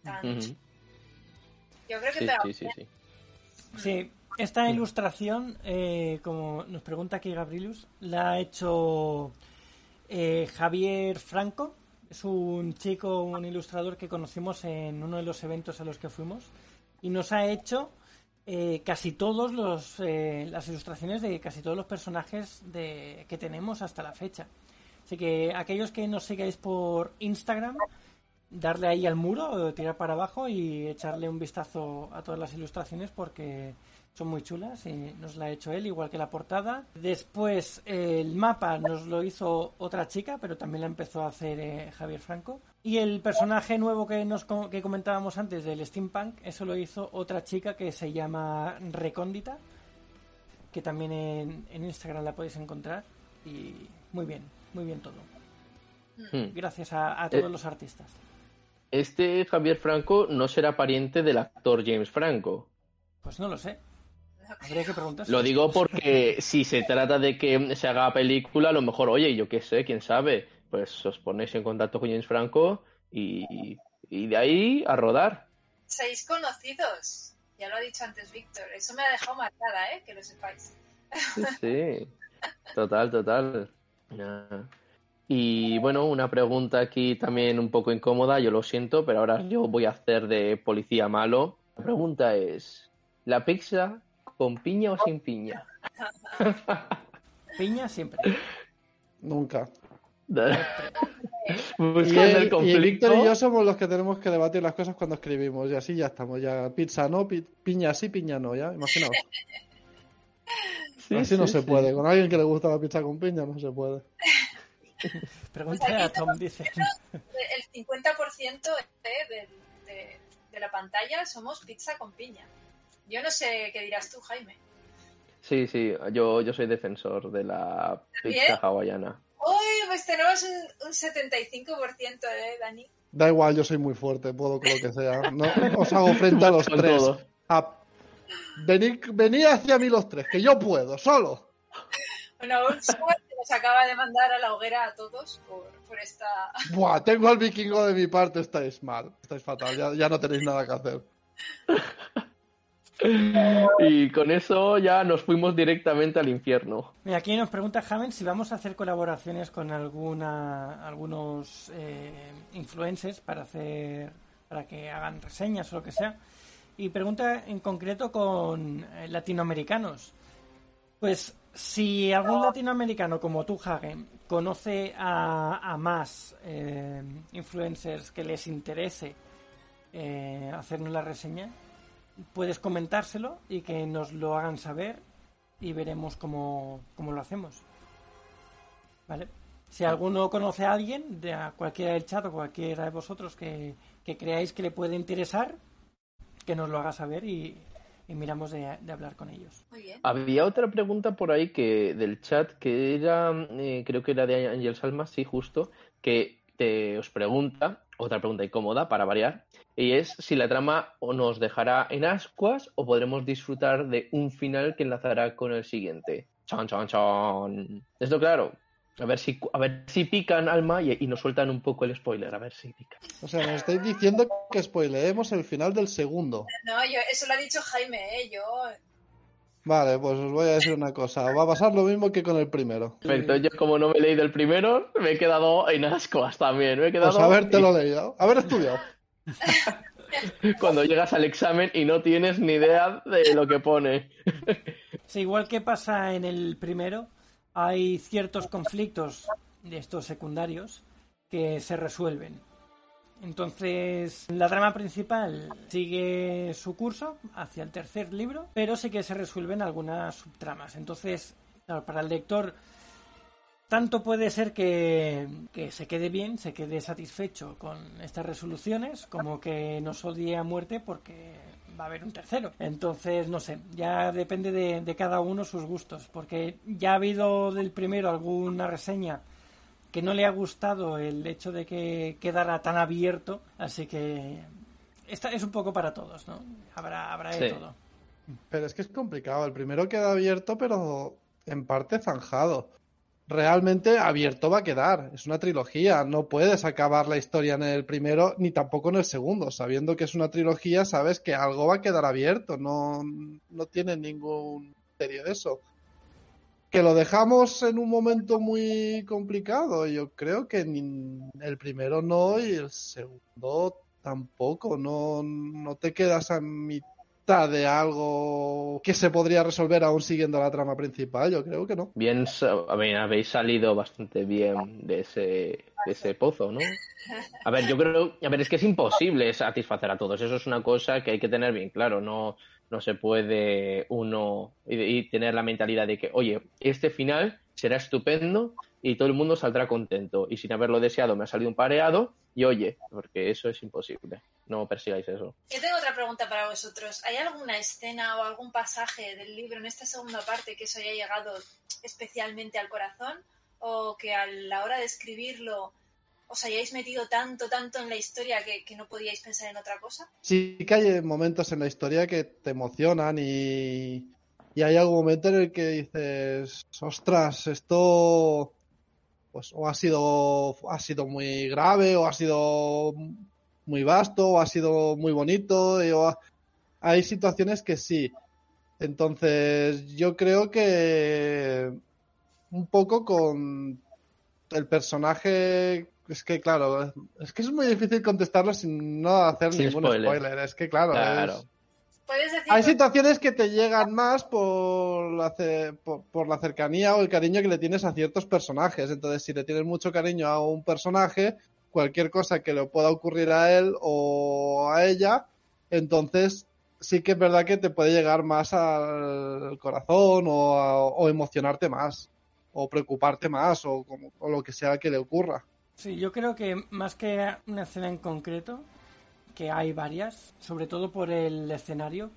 S3: Yo creo que pega.
S2: Sí, esta ilustración, como nos pregunta aquí Gabrilus, la ha hecho Javier Franco. Es un chico, un ilustrador que conocimos en uno de los eventos a los que fuimos y nos ha hecho casi todos las ilustraciones de casi todos los personajes que tenemos hasta la fecha. Así que aquellos que nos sigáis por Instagram, darle ahí al muro, tirar para abajo y echarle un vistazo a todas las ilustraciones porque son muy chulas y nos la ha hecho él, igual que la portada. Después el mapa nos lo hizo otra chica, pero también la empezó a hacer Javier Franco. Y el personaje nuevo que comentábamos antes del steampunk, eso lo hizo otra chica que se llama Recóndita, que también en Instagram la podéis encontrar. Y muy bien todo. Gracias a todos los artistas.
S5: Este Javier Franco no será pariente del actor James Franco.
S2: Pues no lo sé. Habría que preguntarse.
S5: Lo digo porque si se trata de que se haga película, a lo mejor, oye, yo qué sé, quién sabe, pues os ponéis en contacto con James Franco y de ahí a rodar.
S3: Seis conocidos. Ya lo ha dicho antes Víctor. Eso me ha dejado marcada, que lo sepáis.
S5: Sí. Total. Y bueno, una pregunta aquí también un poco incómoda, yo lo siento, pero ahora yo voy a hacer de policía malo. La pregunta es, ¿la pizza con piña o sin piña?
S2: Piña siempre.
S4: Nunca.
S5: Buscando el conflicto.
S4: Y Víctor y yo somos los que tenemos que debatir las cosas cuando escribimos y así ya estamos, ya pizza no, piña sí, piña no, ya, imaginaos. Así no se puede, con alguien que le gusta la pizza con piña no se puede.
S2: Pregúntale a Tom, dice.
S3: El 50% de la pantalla somos pizza con piña. Yo no sé qué dirás tú, Jaime.
S5: Sí, yo soy defensor de la pizza hawaiana.
S3: Uy, pues tenemos un 75%, Dani.
S4: Da igual, yo soy muy fuerte, puedo con lo que sea. No os hago frente a los tres. Venid hacia mí los tres, que yo puedo, solo.
S3: Bueno, un que nos acaba de mandar a la hoguera a todos por esta...
S4: Buah, tengo al vikingo de mi parte, estáis mal, estáis fatal, ya no tenéis nada que hacer.
S5: Y con eso ya nos fuimos directamente al infierno.
S2: Mira, aquí nos pregunta Javen si vamos a hacer colaboraciones con algunos influencers para que hagan reseñas o lo que sea. Y pregunta en concreto con latinoamericanos. Pues si algún latinoamericano como tú, Hagen, conoce a más influencers que les interese hacernos la reseña, puedes comentárselo y que nos lo hagan saber y veremos cómo lo hacemos. ¿Vale? Si alguno conoce a alguien, de cualquiera del chat o cualquiera de vosotros que creáis que le puede interesar, que nos lo haga saber y miramos de hablar con ellos.
S3: Muy bien.
S5: Había otra pregunta por ahí del chat que era, creo que era de Ángel Salma, sí, justo, que os pregunta, otra pregunta incómoda para variar, y es si la trama o nos dejará en ascuas o podremos disfrutar de un final que enlazará con el siguiente. Chan, chan, chan. Esto claro, a ver si pican, Alma, y nos sueltan un poco el spoiler, a ver si pican.
S4: O sea, nos estáis diciendo que spoileemos el final del segundo.
S3: No, eso lo ha dicho Jaime, yo...
S4: Vale, pues os voy a decir una cosa. Va a pasar lo mismo que con el primero.
S5: Perfecto, yo como no me he leído el primero, me he quedado en ascuas también.
S4: Pues habértelo leído, haber estudiado.
S5: Cuando llegas al examen y no tienes ni idea de lo que pone.
S2: Sí, igual que pasa en el primero, hay ciertos conflictos de estos secundarios que se resuelven. Entonces, la trama principal sigue su curso hacia el tercer libro, pero sí que se resuelven algunas subtramas. Entonces, claro, para el lector, tanto puede ser que se quede bien, se quede satisfecho con estas resoluciones, como que nos odie a muerte porque va a haber un tercero. Entonces, no sé, ya depende de cada uno sus gustos, porque ya ha habido del primero alguna reseña que no le ha gustado el hecho de que quedara tan abierto, así que esta es un poco para todos, ¿no? Habrá de todo.
S4: Pero es que es complicado. El primero queda abierto, pero en parte zanjado. Realmente abierto va a quedar. Es una trilogía. No puedes acabar la historia en el primero ni tampoco en el segundo. Sabiendo que es una trilogía, sabes que algo va a quedar abierto. No tiene ningún misterio eso. Que lo dejamos en un momento muy complicado. Yo creo que ni el primero no y el segundo tampoco. No te quedas a mitad de algo que se podría resolver aún siguiendo la trama principal. Yo creo que no.
S5: Bien, habéis salido bastante bien de ese pozo, ¿no? A ver, es que es imposible satisfacer a todos. Eso es una cosa que hay que tener bien claro. No se puede uno y tener la mentalidad de que, oye, este final será estupendo y todo el mundo saldrá contento. Y sin haberlo deseado me ha salido un pareado y oye, porque eso es imposible. No persigáis eso.
S3: Yo tengo otra pregunta para vosotros. ¿Hay alguna escena o algún pasaje del libro en esta segunda parte que os haya llegado especialmente al corazón o que a la hora de escribirlo os hayáis metido tanto en la historia que no podíais pensar en otra cosa?
S4: Sí que hay momentos en la historia que te emocionan y hay algún momento en el que dices, ostras, esto pues o ha sido muy grave o ha sido muy vasto o ha sido muy bonito hay situaciones que sí. Entonces yo creo que un poco con el personaje. Es que, claro, es que es muy difícil contestarlo sin no hacer ningún spoiler. Es que, claro.
S3: ¿Puedes decir
S4: hay situaciones que te llegan más por la cercanía o el cariño que le tienes a ciertos personajes. Entonces, si le tienes mucho cariño a un personaje, cualquier cosa que le pueda ocurrir a él o a ella, entonces sí que es verdad que te puede llegar más al corazón o emocionarte más, o preocuparte más, o lo que sea que le ocurra.
S2: Sí, yo creo que más que una escena en concreto, que hay varias, sobre todo por el escenario,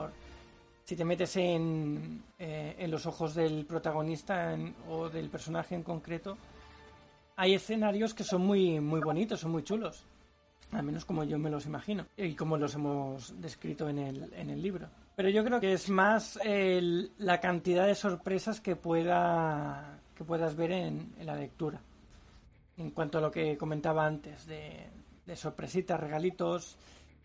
S2: si te metes en los ojos del protagonista o del personaje en concreto, hay escenarios que son muy, muy bonitos, son muy chulos, al menos como yo me los imagino y como los hemos descrito en el libro. Pero yo creo que es más la cantidad de sorpresas que puedas ver en la lectura. En cuanto a lo que comentaba antes, de sorpresitas, regalitos,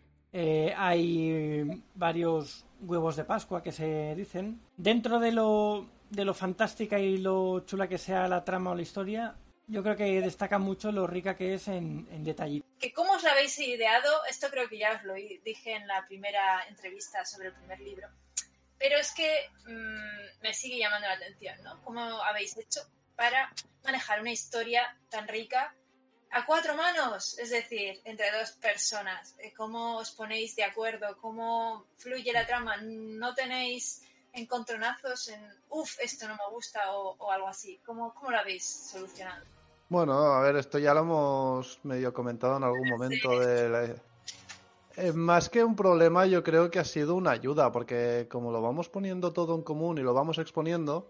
S2: hay varios huevos de Pascua que se dicen. Dentro de lo fantástica y lo chula que sea la trama o la historia, yo creo que destaca mucho lo rica que es en detallitos.
S3: ¿Cómo os lo habéis ideado? Esto creo que ya os lo dije en la primera entrevista sobre el primer libro. Pero es que me sigue llamando la atención, ¿no? ¿Cómo habéis hecho para manejar una historia tan rica a 4 manos? Es decir, entre 2 personas. ¿Cómo os ponéis de acuerdo? ¿Cómo fluye la trama? ¿No tenéis encontronazos en esto no me gusta o algo así? ¿Cómo lo habéis solucionado?
S4: Bueno, a ver, esto ya lo hemos medio comentado en algún momento. Más que un problema, yo creo que ha sido una ayuda, porque como lo vamos poniendo todo en común y lo vamos exponiendo,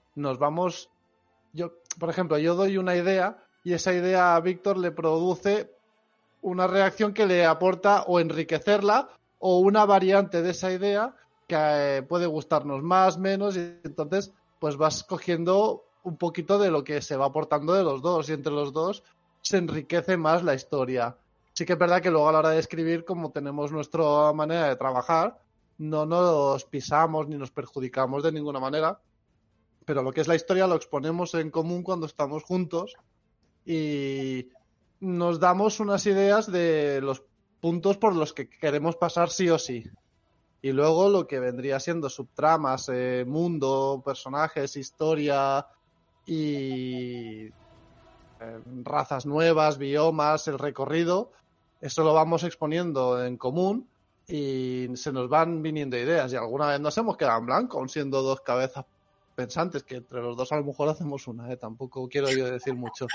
S4: por ejemplo, yo doy una idea y esa idea a Víctor le produce una reacción que le aporta o enriquecerla o una variante de esa idea que puede gustarnos más, menos, y entonces pues vas cogiendo un poquito de lo que se va aportando de los dos y entre los dos se enriquece más la historia. Sí que es verdad que luego a la hora de escribir, como tenemos nuestra manera de trabajar, no nos pisamos ni nos perjudicamos de ninguna manera, pero lo que es la historia lo exponemos en común cuando estamos juntos y nos damos unas ideas de los puntos por los que queremos pasar sí o sí. Y luego lo que vendría siendo subtramas, mundo, personajes, historia y razas nuevas, biomas, el recorrido, eso lo vamos exponiendo en común y se nos van viniendo ideas. Y alguna vez nos hemos quedado en blanco, aun siendo 2 cabezas pensantes, que entre los 2 a lo mejor hacemos una, tampoco quiero yo decir mucho.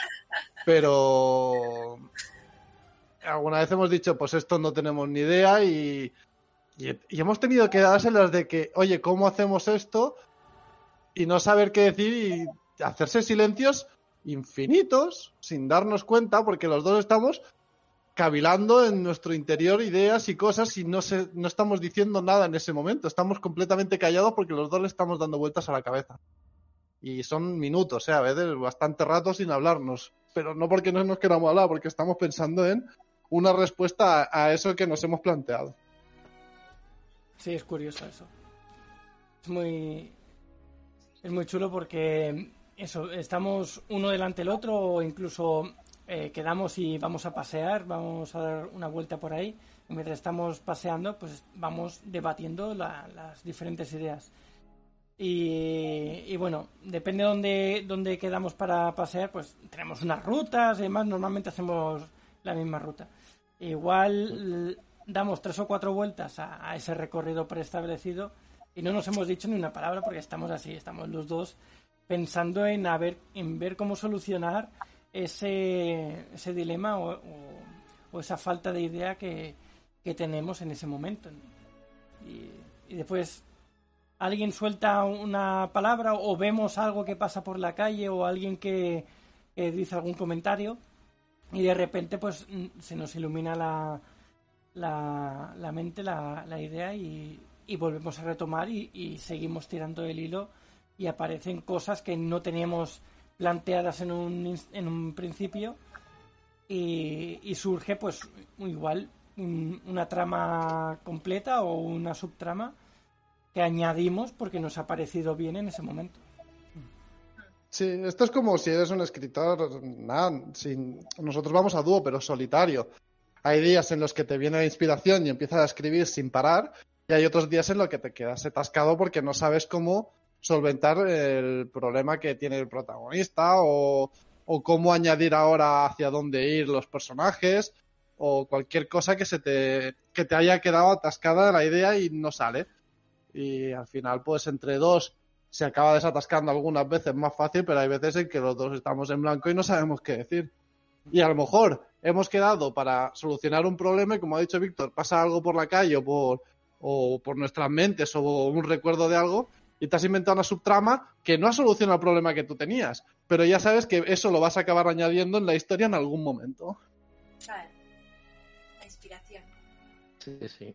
S4: Pero alguna vez hemos dicho, pues esto no tenemos ni idea y Y hemos tenido que dárselas de que, oye, ¿cómo hacemos esto? Y no saber qué decir y hacerse silencios infinitos sin darnos cuenta, porque los dos estamos cavilando en nuestro interior ideas y cosas y no estamos diciendo nada en ese momento. Estamos completamente callados porque los dos le estamos dando vueltas a la cabeza. Y son minutos, a veces bastante rato sin hablarnos. Pero no porque no nos queramos hablar, porque estamos pensando en una respuesta a eso que nos hemos planteado.
S2: Sí, es curioso eso. Es muy chulo porque eso, estamos uno delante del otro o incluso quedamos y vamos a pasear, vamos a dar una vuelta por ahí y mientras estamos paseando pues vamos debatiendo las diferentes ideas. Y bueno, depende de dónde quedamos para pasear, pues tenemos unas rutas y demás, normalmente hacemos la misma ruta. Igual damos 3 o 4 vueltas a ese recorrido preestablecido y no nos hemos dicho ni una palabra porque estamos así, estamos los dos pensando en ver cómo solucionar ese dilema o esa falta de idea que tenemos en ese momento. Y después alguien suelta una palabra o vemos algo que pasa por la calle o alguien que dice algún comentario y de repente pues se nos ilumina la mente, la idea y volvemos a retomar y seguimos tirando el hilo y aparecen cosas que no teníamos planteadas en un principio y surge pues igual una trama completa o una subtrama que añadimos porque nos ha parecido bien en ese momento.
S4: Sí, esto es como si eres un escritor, nosotros vamos a dúo, pero solitario. Hay días en los que te viene la inspiración y empiezas a escribir sin parar, y hay otros días en los que te quedas atascado porque no sabes cómo solventar el problema que tiene el protagonista o cómo añadir ahora hacia dónde ir los personajes o cualquier cosa que te haya quedado atascada la idea y no sale. Y al final, pues entre dos se acaba desatascando algunas veces más fácil, pero hay veces en que los dos estamos en blanco y no sabemos qué decir. Y a lo mejor hemos quedado para solucionar un problema y, como ha dicho Víctor, pasa algo por la calle o por nuestras mentes o un recuerdo de algo y te has inventado una subtrama que no ha solucionado el problema que tú tenías, pero ya sabes que eso lo vas a acabar añadiendo en la historia en algún momento.
S3: Claro. La inspiración.
S5: Sí, sí.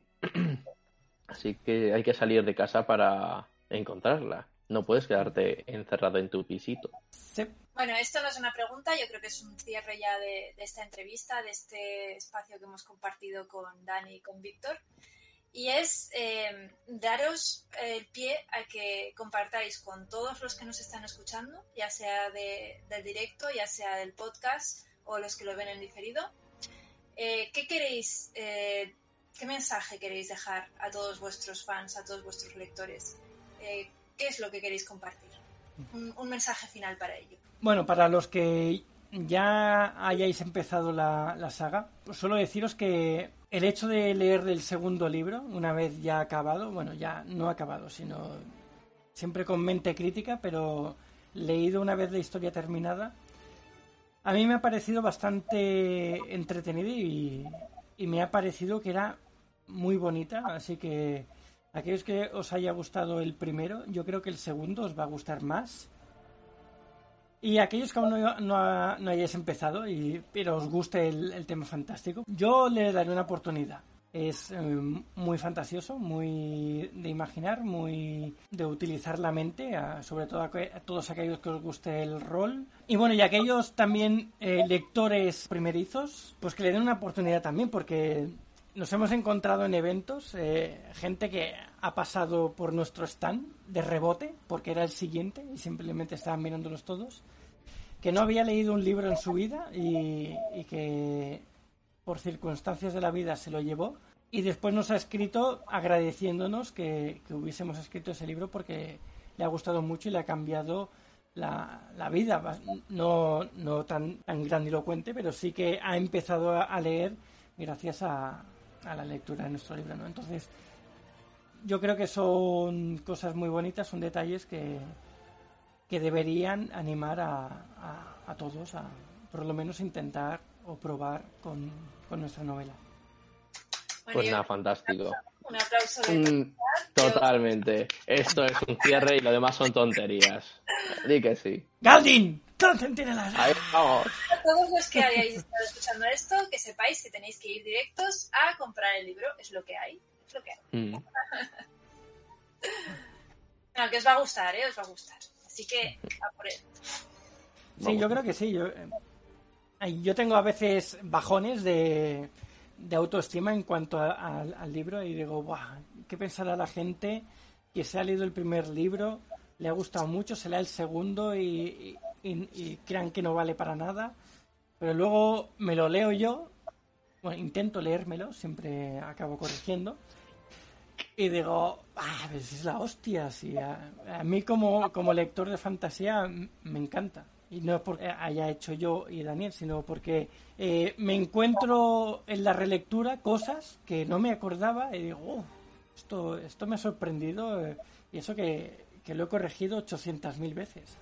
S5: Así que hay que salir de casa para encontrarla. No puedes quedarte encerrado en tu pisito.
S2: Sí.
S3: Bueno, esto no es una pregunta, yo creo que es un cierre ya de esta entrevista, de este espacio que hemos compartido con Dani y con Víctor. Y es daros el pie a que compartáis con todos los que nos están escuchando, ya sea del directo, ya sea del podcast o los que lo ven en diferido. ¿Qué queréis? ¿Qué mensaje queréis dejar a todos vuestros fans, a todos vuestros lectores? ¿Qué es lo que queréis compartir? Un mensaje final para ello.
S2: Bueno, para los que ya hayáis empezado la saga, pues solo deciros que el hecho de leer el segundo libro, una vez ya acabado, bueno, ya no acabado, sino siempre con mente crítica, pero leído una vez la historia terminada, a mí me ha parecido bastante entretenido y me ha parecido que era muy bonita, así que aquellos que os haya gustado el primero, yo creo que el segundo os va a gustar más. Y aquellos que aún no hayáis empezado, pero os guste el tema fantástico, yo le daré una oportunidad. Es muy fantasioso, muy de imaginar, muy de utilizar la mente, sobre todo a todos aquellos que os guste el rol. Y bueno, y aquellos también lectores primerizos, pues que le den una oportunidad también, porque nos hemos encontrado en eventos gente que ha pasado por nuestro stand de rebote, porque era el siguiente y simplemente estaban mirándolos todos, que no había leído un libro en su vida y que por circunstancias de la vida se lo llevó y después nos ha escrito agradeciéndonos que hubiésemos escrito ese libro porque le ha gustado mucho y le ha cambiado la vida, no tan grandilocuente, pero sí que ha empezado a leer gracias a la lectura de nuestro libro, ¿no? Entonces yo creo que son cosas muy bonitas, son detalles que deberían animar a todos a por lo menos intentar o probar con nuestra novela.
S5: Pues nada, fantástico.
S3: Un aplauso de
S5: Totalmente. Esto es un cierre y lo demás son tonterías. Di que sí.
S2: ¡Galdin! ¡Clan Centinelas!
S5: Ahí vamos.
S3: A todos los que hayáis estado escuchando esto, que sepáis que tenéis que ir directos a comprar el libro. Es lo que hay. Es lo que hay. No, que os va a gustar, os va a gustar. Así que, a por él.
S2: Sí, yo creo que sí. Yo tengo a veces bajones de autoestima en cuanto al libro y digo, ¡buah! ¿Qué pensará la gente que se ha leído el primer libro, le ha gustado mucho, se lee el segundo y crean que no vale para nada? Pero luego me lo leo yo, bueno, intento leérmelo, siempre acabo corrigiendo. Y digo, pues es la hostia, sí. A mí como lector de fantasía me encanta. Y no es porque haya hecho yo y Daniel, sino porque me encuentro en la relectura cosas que no me acordaba y digo, esto me ha sorprendido. Y eso que lo he corregido 800.000 veces.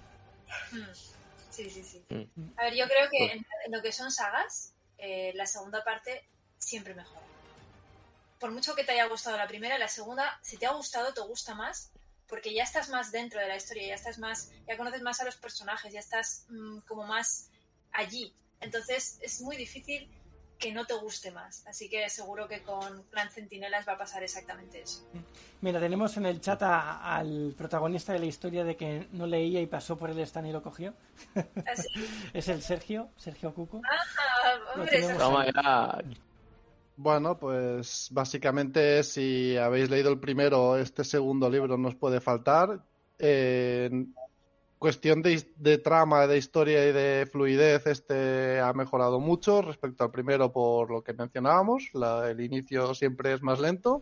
S3: Sí. A ver, yo creo que en lo que son sagas, la segunda parte siempre mejora. Por mucho que te haya gustado la primera, la segunda, si te ha gustado, te gusta más, porque ya estás más dentro de la historia, ya conoces más a los personajes, ya estás como más allí. Entonces es muy difícil que no te guste más. Así que seguro que con Clan Centinelas va a pasar exactamente eso.
S2: Mira, tenemos en el chat al protagonista de la historia de que no leía y pasó por el stand y lo cogió.
S3: ¿Así?
S2: Es el Sergio Cuco.
S3: Hombre,
S5: Toma ya.
S4: Bueno, pues básicamente si habéis leído el primero, este segundo libro no os puede faltar. Cuestión de trama, de historia y de fluidez, este ha mejorado mucho respecto al primero por lo que mencionábamos. El inicio siempre es más lento.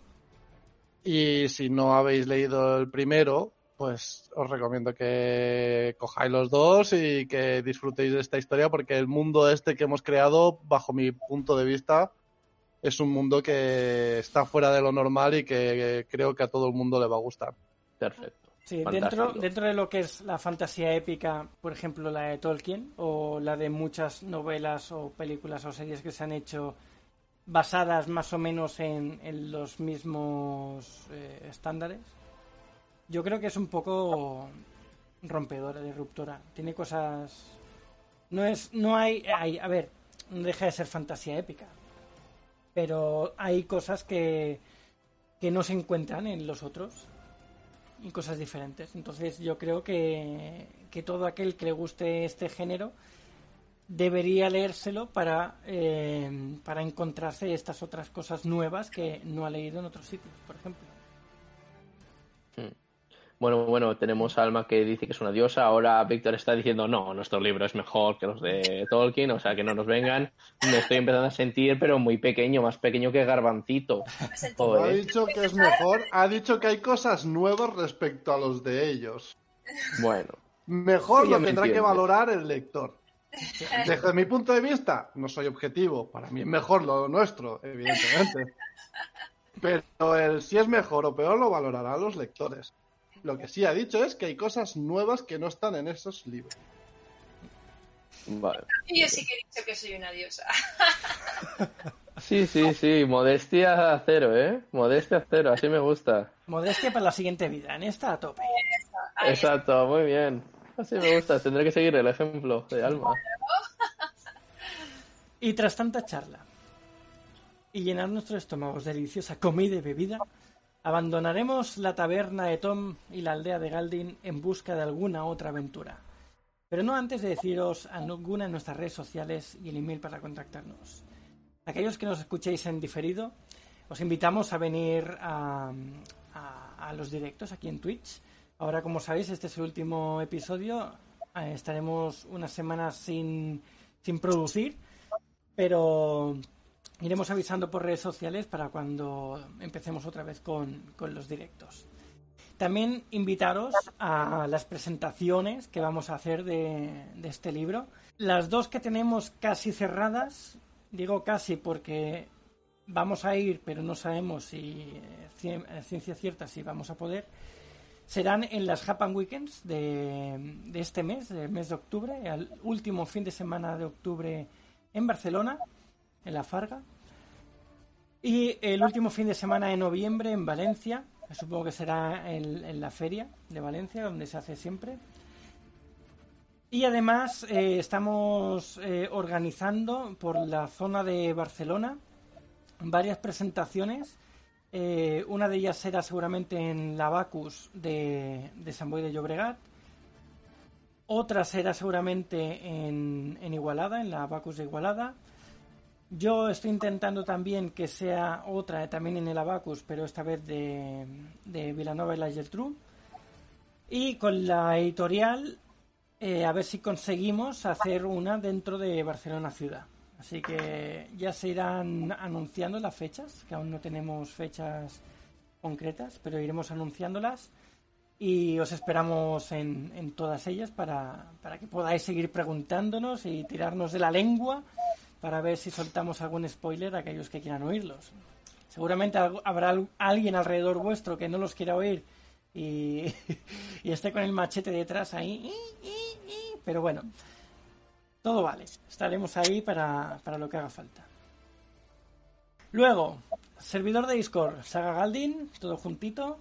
S4: Y si no habéis leído el primero, pues os recomiendo que cojáis los dos y que disfrutéis de esta historia, porque el mundo este que hemos creado, bajo mi punto de vista, es un mundo que está fuera de lo normal y que creo que a todo el mundo le va a gustar.
S5: Perfecto.
S2: Sí, dentro de lo que es la fantasía épica, por ejemplo la de Tolkien o la de muchas novelas o películas o series que se han hecho basadas más o menos en los mismos estándares, yo creo que es un poco rompedora, disruptora. Tiene cosas... No hay... A ver, no deja de ser fantasía épica, pero hay cosas que no se encuentran en los otros y cosas diferentes. Entonces yo creo que todo aquel que le guste este género debería leérselo para encontrarse estas otras cosas nuevas que no ha leído en otros sitios, por ejemplo.
S5: Bueno, tenemos a Alma que dice que es una diosa. Ahora Víctor está diciendo, no, nuestro libro es mejor que los de Tolkien, o sea, que no nos vengan. Me estoy empezando a sentir, pero muy pequeño, más pequeño que Garbancito.
S4: No ha dicho que es mejor, ha dicho que hay cosas nuevas respecto a los de ellos.
S5: Bueno.
S4: Mejor
S5: Sí,
S4: lo tendrá que valorar el lector. Desde mi punto de vista, no soy objetivo. Para mí es mejor lo nuestro, evidentemente. Pero si es mejor o peor lo valorarán los lectores. Lo que sí ha dicho es que hay cosas nuevas que no están en esos libros.
S5: Vale.
S3: Yo sí que he dicho que soy una diosa.
S5: Sí, modestia cero, ¿eh? Modestia cero, así me gusta.
S2: Modestia para la siguiente vida, en esta a tope.
S5: Exacto, muy bien. Así me gusta, tendré que seguir el ejemplo de Alma.
S2: Y tras tanta charla y llenar nuestros estómagos de deliciosa comida y bebida, abandonaremos la taberna de Tom y la aldea de Galdin en busca de alguna otra aventura. Pero no antes de deciros alguna de nuestras redes sociales y el email para contactarnos. Aquellos que nos escuchéis en diferido, os invitamos a venir a los directos aquí en Twitch. Ahora, como sabéis, este es el último episodio. Estaremos unas semanas sin producir, pero iremos avisando por redes sociales para cuando empecemos otra vez con los directos. También invitaros a las presentaciones que vamos a hacer de este libro. Las dos que tenemos casi cerradas, digo casi porque vamos a ir, pero no sabemos si ciencia cierta si vamos a poder, serán en las Japan Weekends de este mes, del mes de octubre, el último fin de semana de octubre en Barcelona, en la Farga. Y el último fin de semana de noviembre en Valencia, que supongo que será en la feria de Valencia, donde se hace siempre. Y además estamos organizando por la zona de Barcelona varias presentaciones. Una de ellas será seguramente en la Bacus de Sant Boi de Llobregat. Otra será seguramente en Igualada, en la Bacus de Igualada. Yo estoy intentando también que sea otra también en el Abacus, pero esta vez de Vilanova y la Geltrú. Y con la editorial, a ver si conseguimos hacer una dentro de Barcelona Ciudad. Así que ya se irán anunciando las fechas, que aún no tenemos fechas concretas, pero iremos anunciándolas. Y os esperamos en todas ellas para que podáis seguir preguntándonos y tirarnos de la lengua para ver si soltamos algún spoiler a aquellos que quieran oírlos. Seguramente habrá alguien alrededor vuestro que no los quiera oír y esté con el machete detrás ahí. Pero bueno, todo vale. Estaremos ahí para lo que haga falta. Luego, servidor de Discord, Saga Galdin, todo juntito.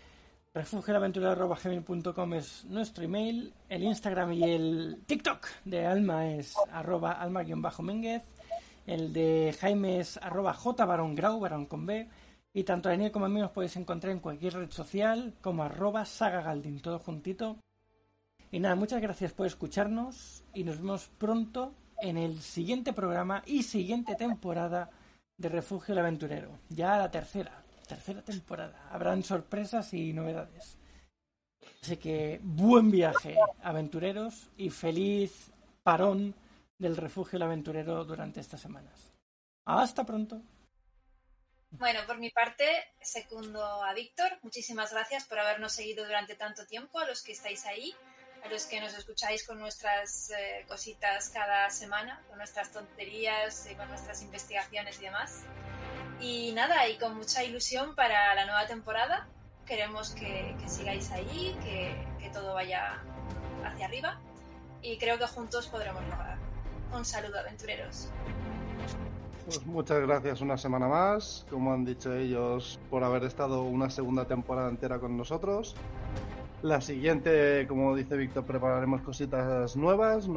S2: refugioelaventurero@gmail.com es nuestro email. El Instagram y el TikTok de Alma es @alma_ménguez. El de Jaime es @jbarongrau, barón con B. Y tanto a Daniel como a mí nos podéis encontrar en cualquier red social como @sagagaldin, todo juntito. Y nada, muchas gracias por escucharnos y nos vemos pronto en el siguiente programa y siguiente temporada de Refugio el Aventurero. Ya la tercera temporada. Habrán sorpresas y novedades. Así que buen viaje, aventureros, y feliz parón del Refugio el Aventurero durante estas semanas. Hasta pronto.
S3: Bueno, por mi parte, secundo a Víctor. Muchísimas gracias por habernos seguido durante tanto tiempo, a los que estáis ahí, a los que nos escucháis con nuestras cositas cada semana, con nuestras tonterías, con nuestras investigaciones y demás. Y nada, y con mucha ilusión para la nueva temporada. Queremos que sigáis ahí, que todo vaya hacia arriba. Y creo que juntos podremos lograrlo. Un saludo, aventureros.
S4: Pues muchas gracias una semana más, como han dicho ellos, por haber estado una segunda temporada entera con nosotros. La siguiente, como dice Víctor, prepararemos cositas nuevas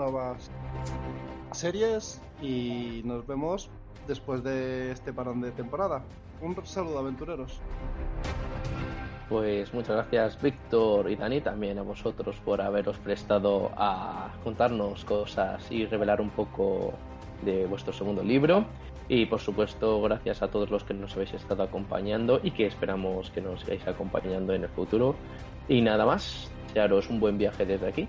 S4: series y nos vemos después de este parón de temporada. Un saludo, aventureros.
S5: Pues muchas gracias, Víctor y Dani, también a vosotros por haberos prestado a contarnos cosas y revelar un poco de vuestro segundo libro. Y por supuesto, gracias a todos los que nos habéis estado acompañando y que esperamos que nos sigáis acompañando en el futuro. Y nada más, desearos un buen viaje desde aquí.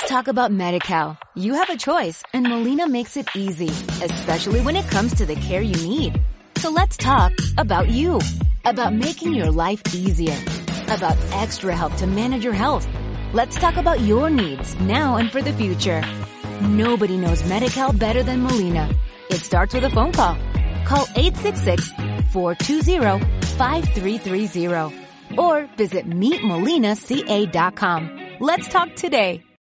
S1: talk about Medi-Cal. You have a choice, and Molina makes it easy, especially when it comes to the care you need. So let's talk about you, about making your life easier, about extra help to manage your health. Let's talk about your needs now and for the future. Nobody knows Medi-Cal better than Molina. It starts with a phone call. Call 866-420-5330 or visit meetmolinaca.com. Let's talk today.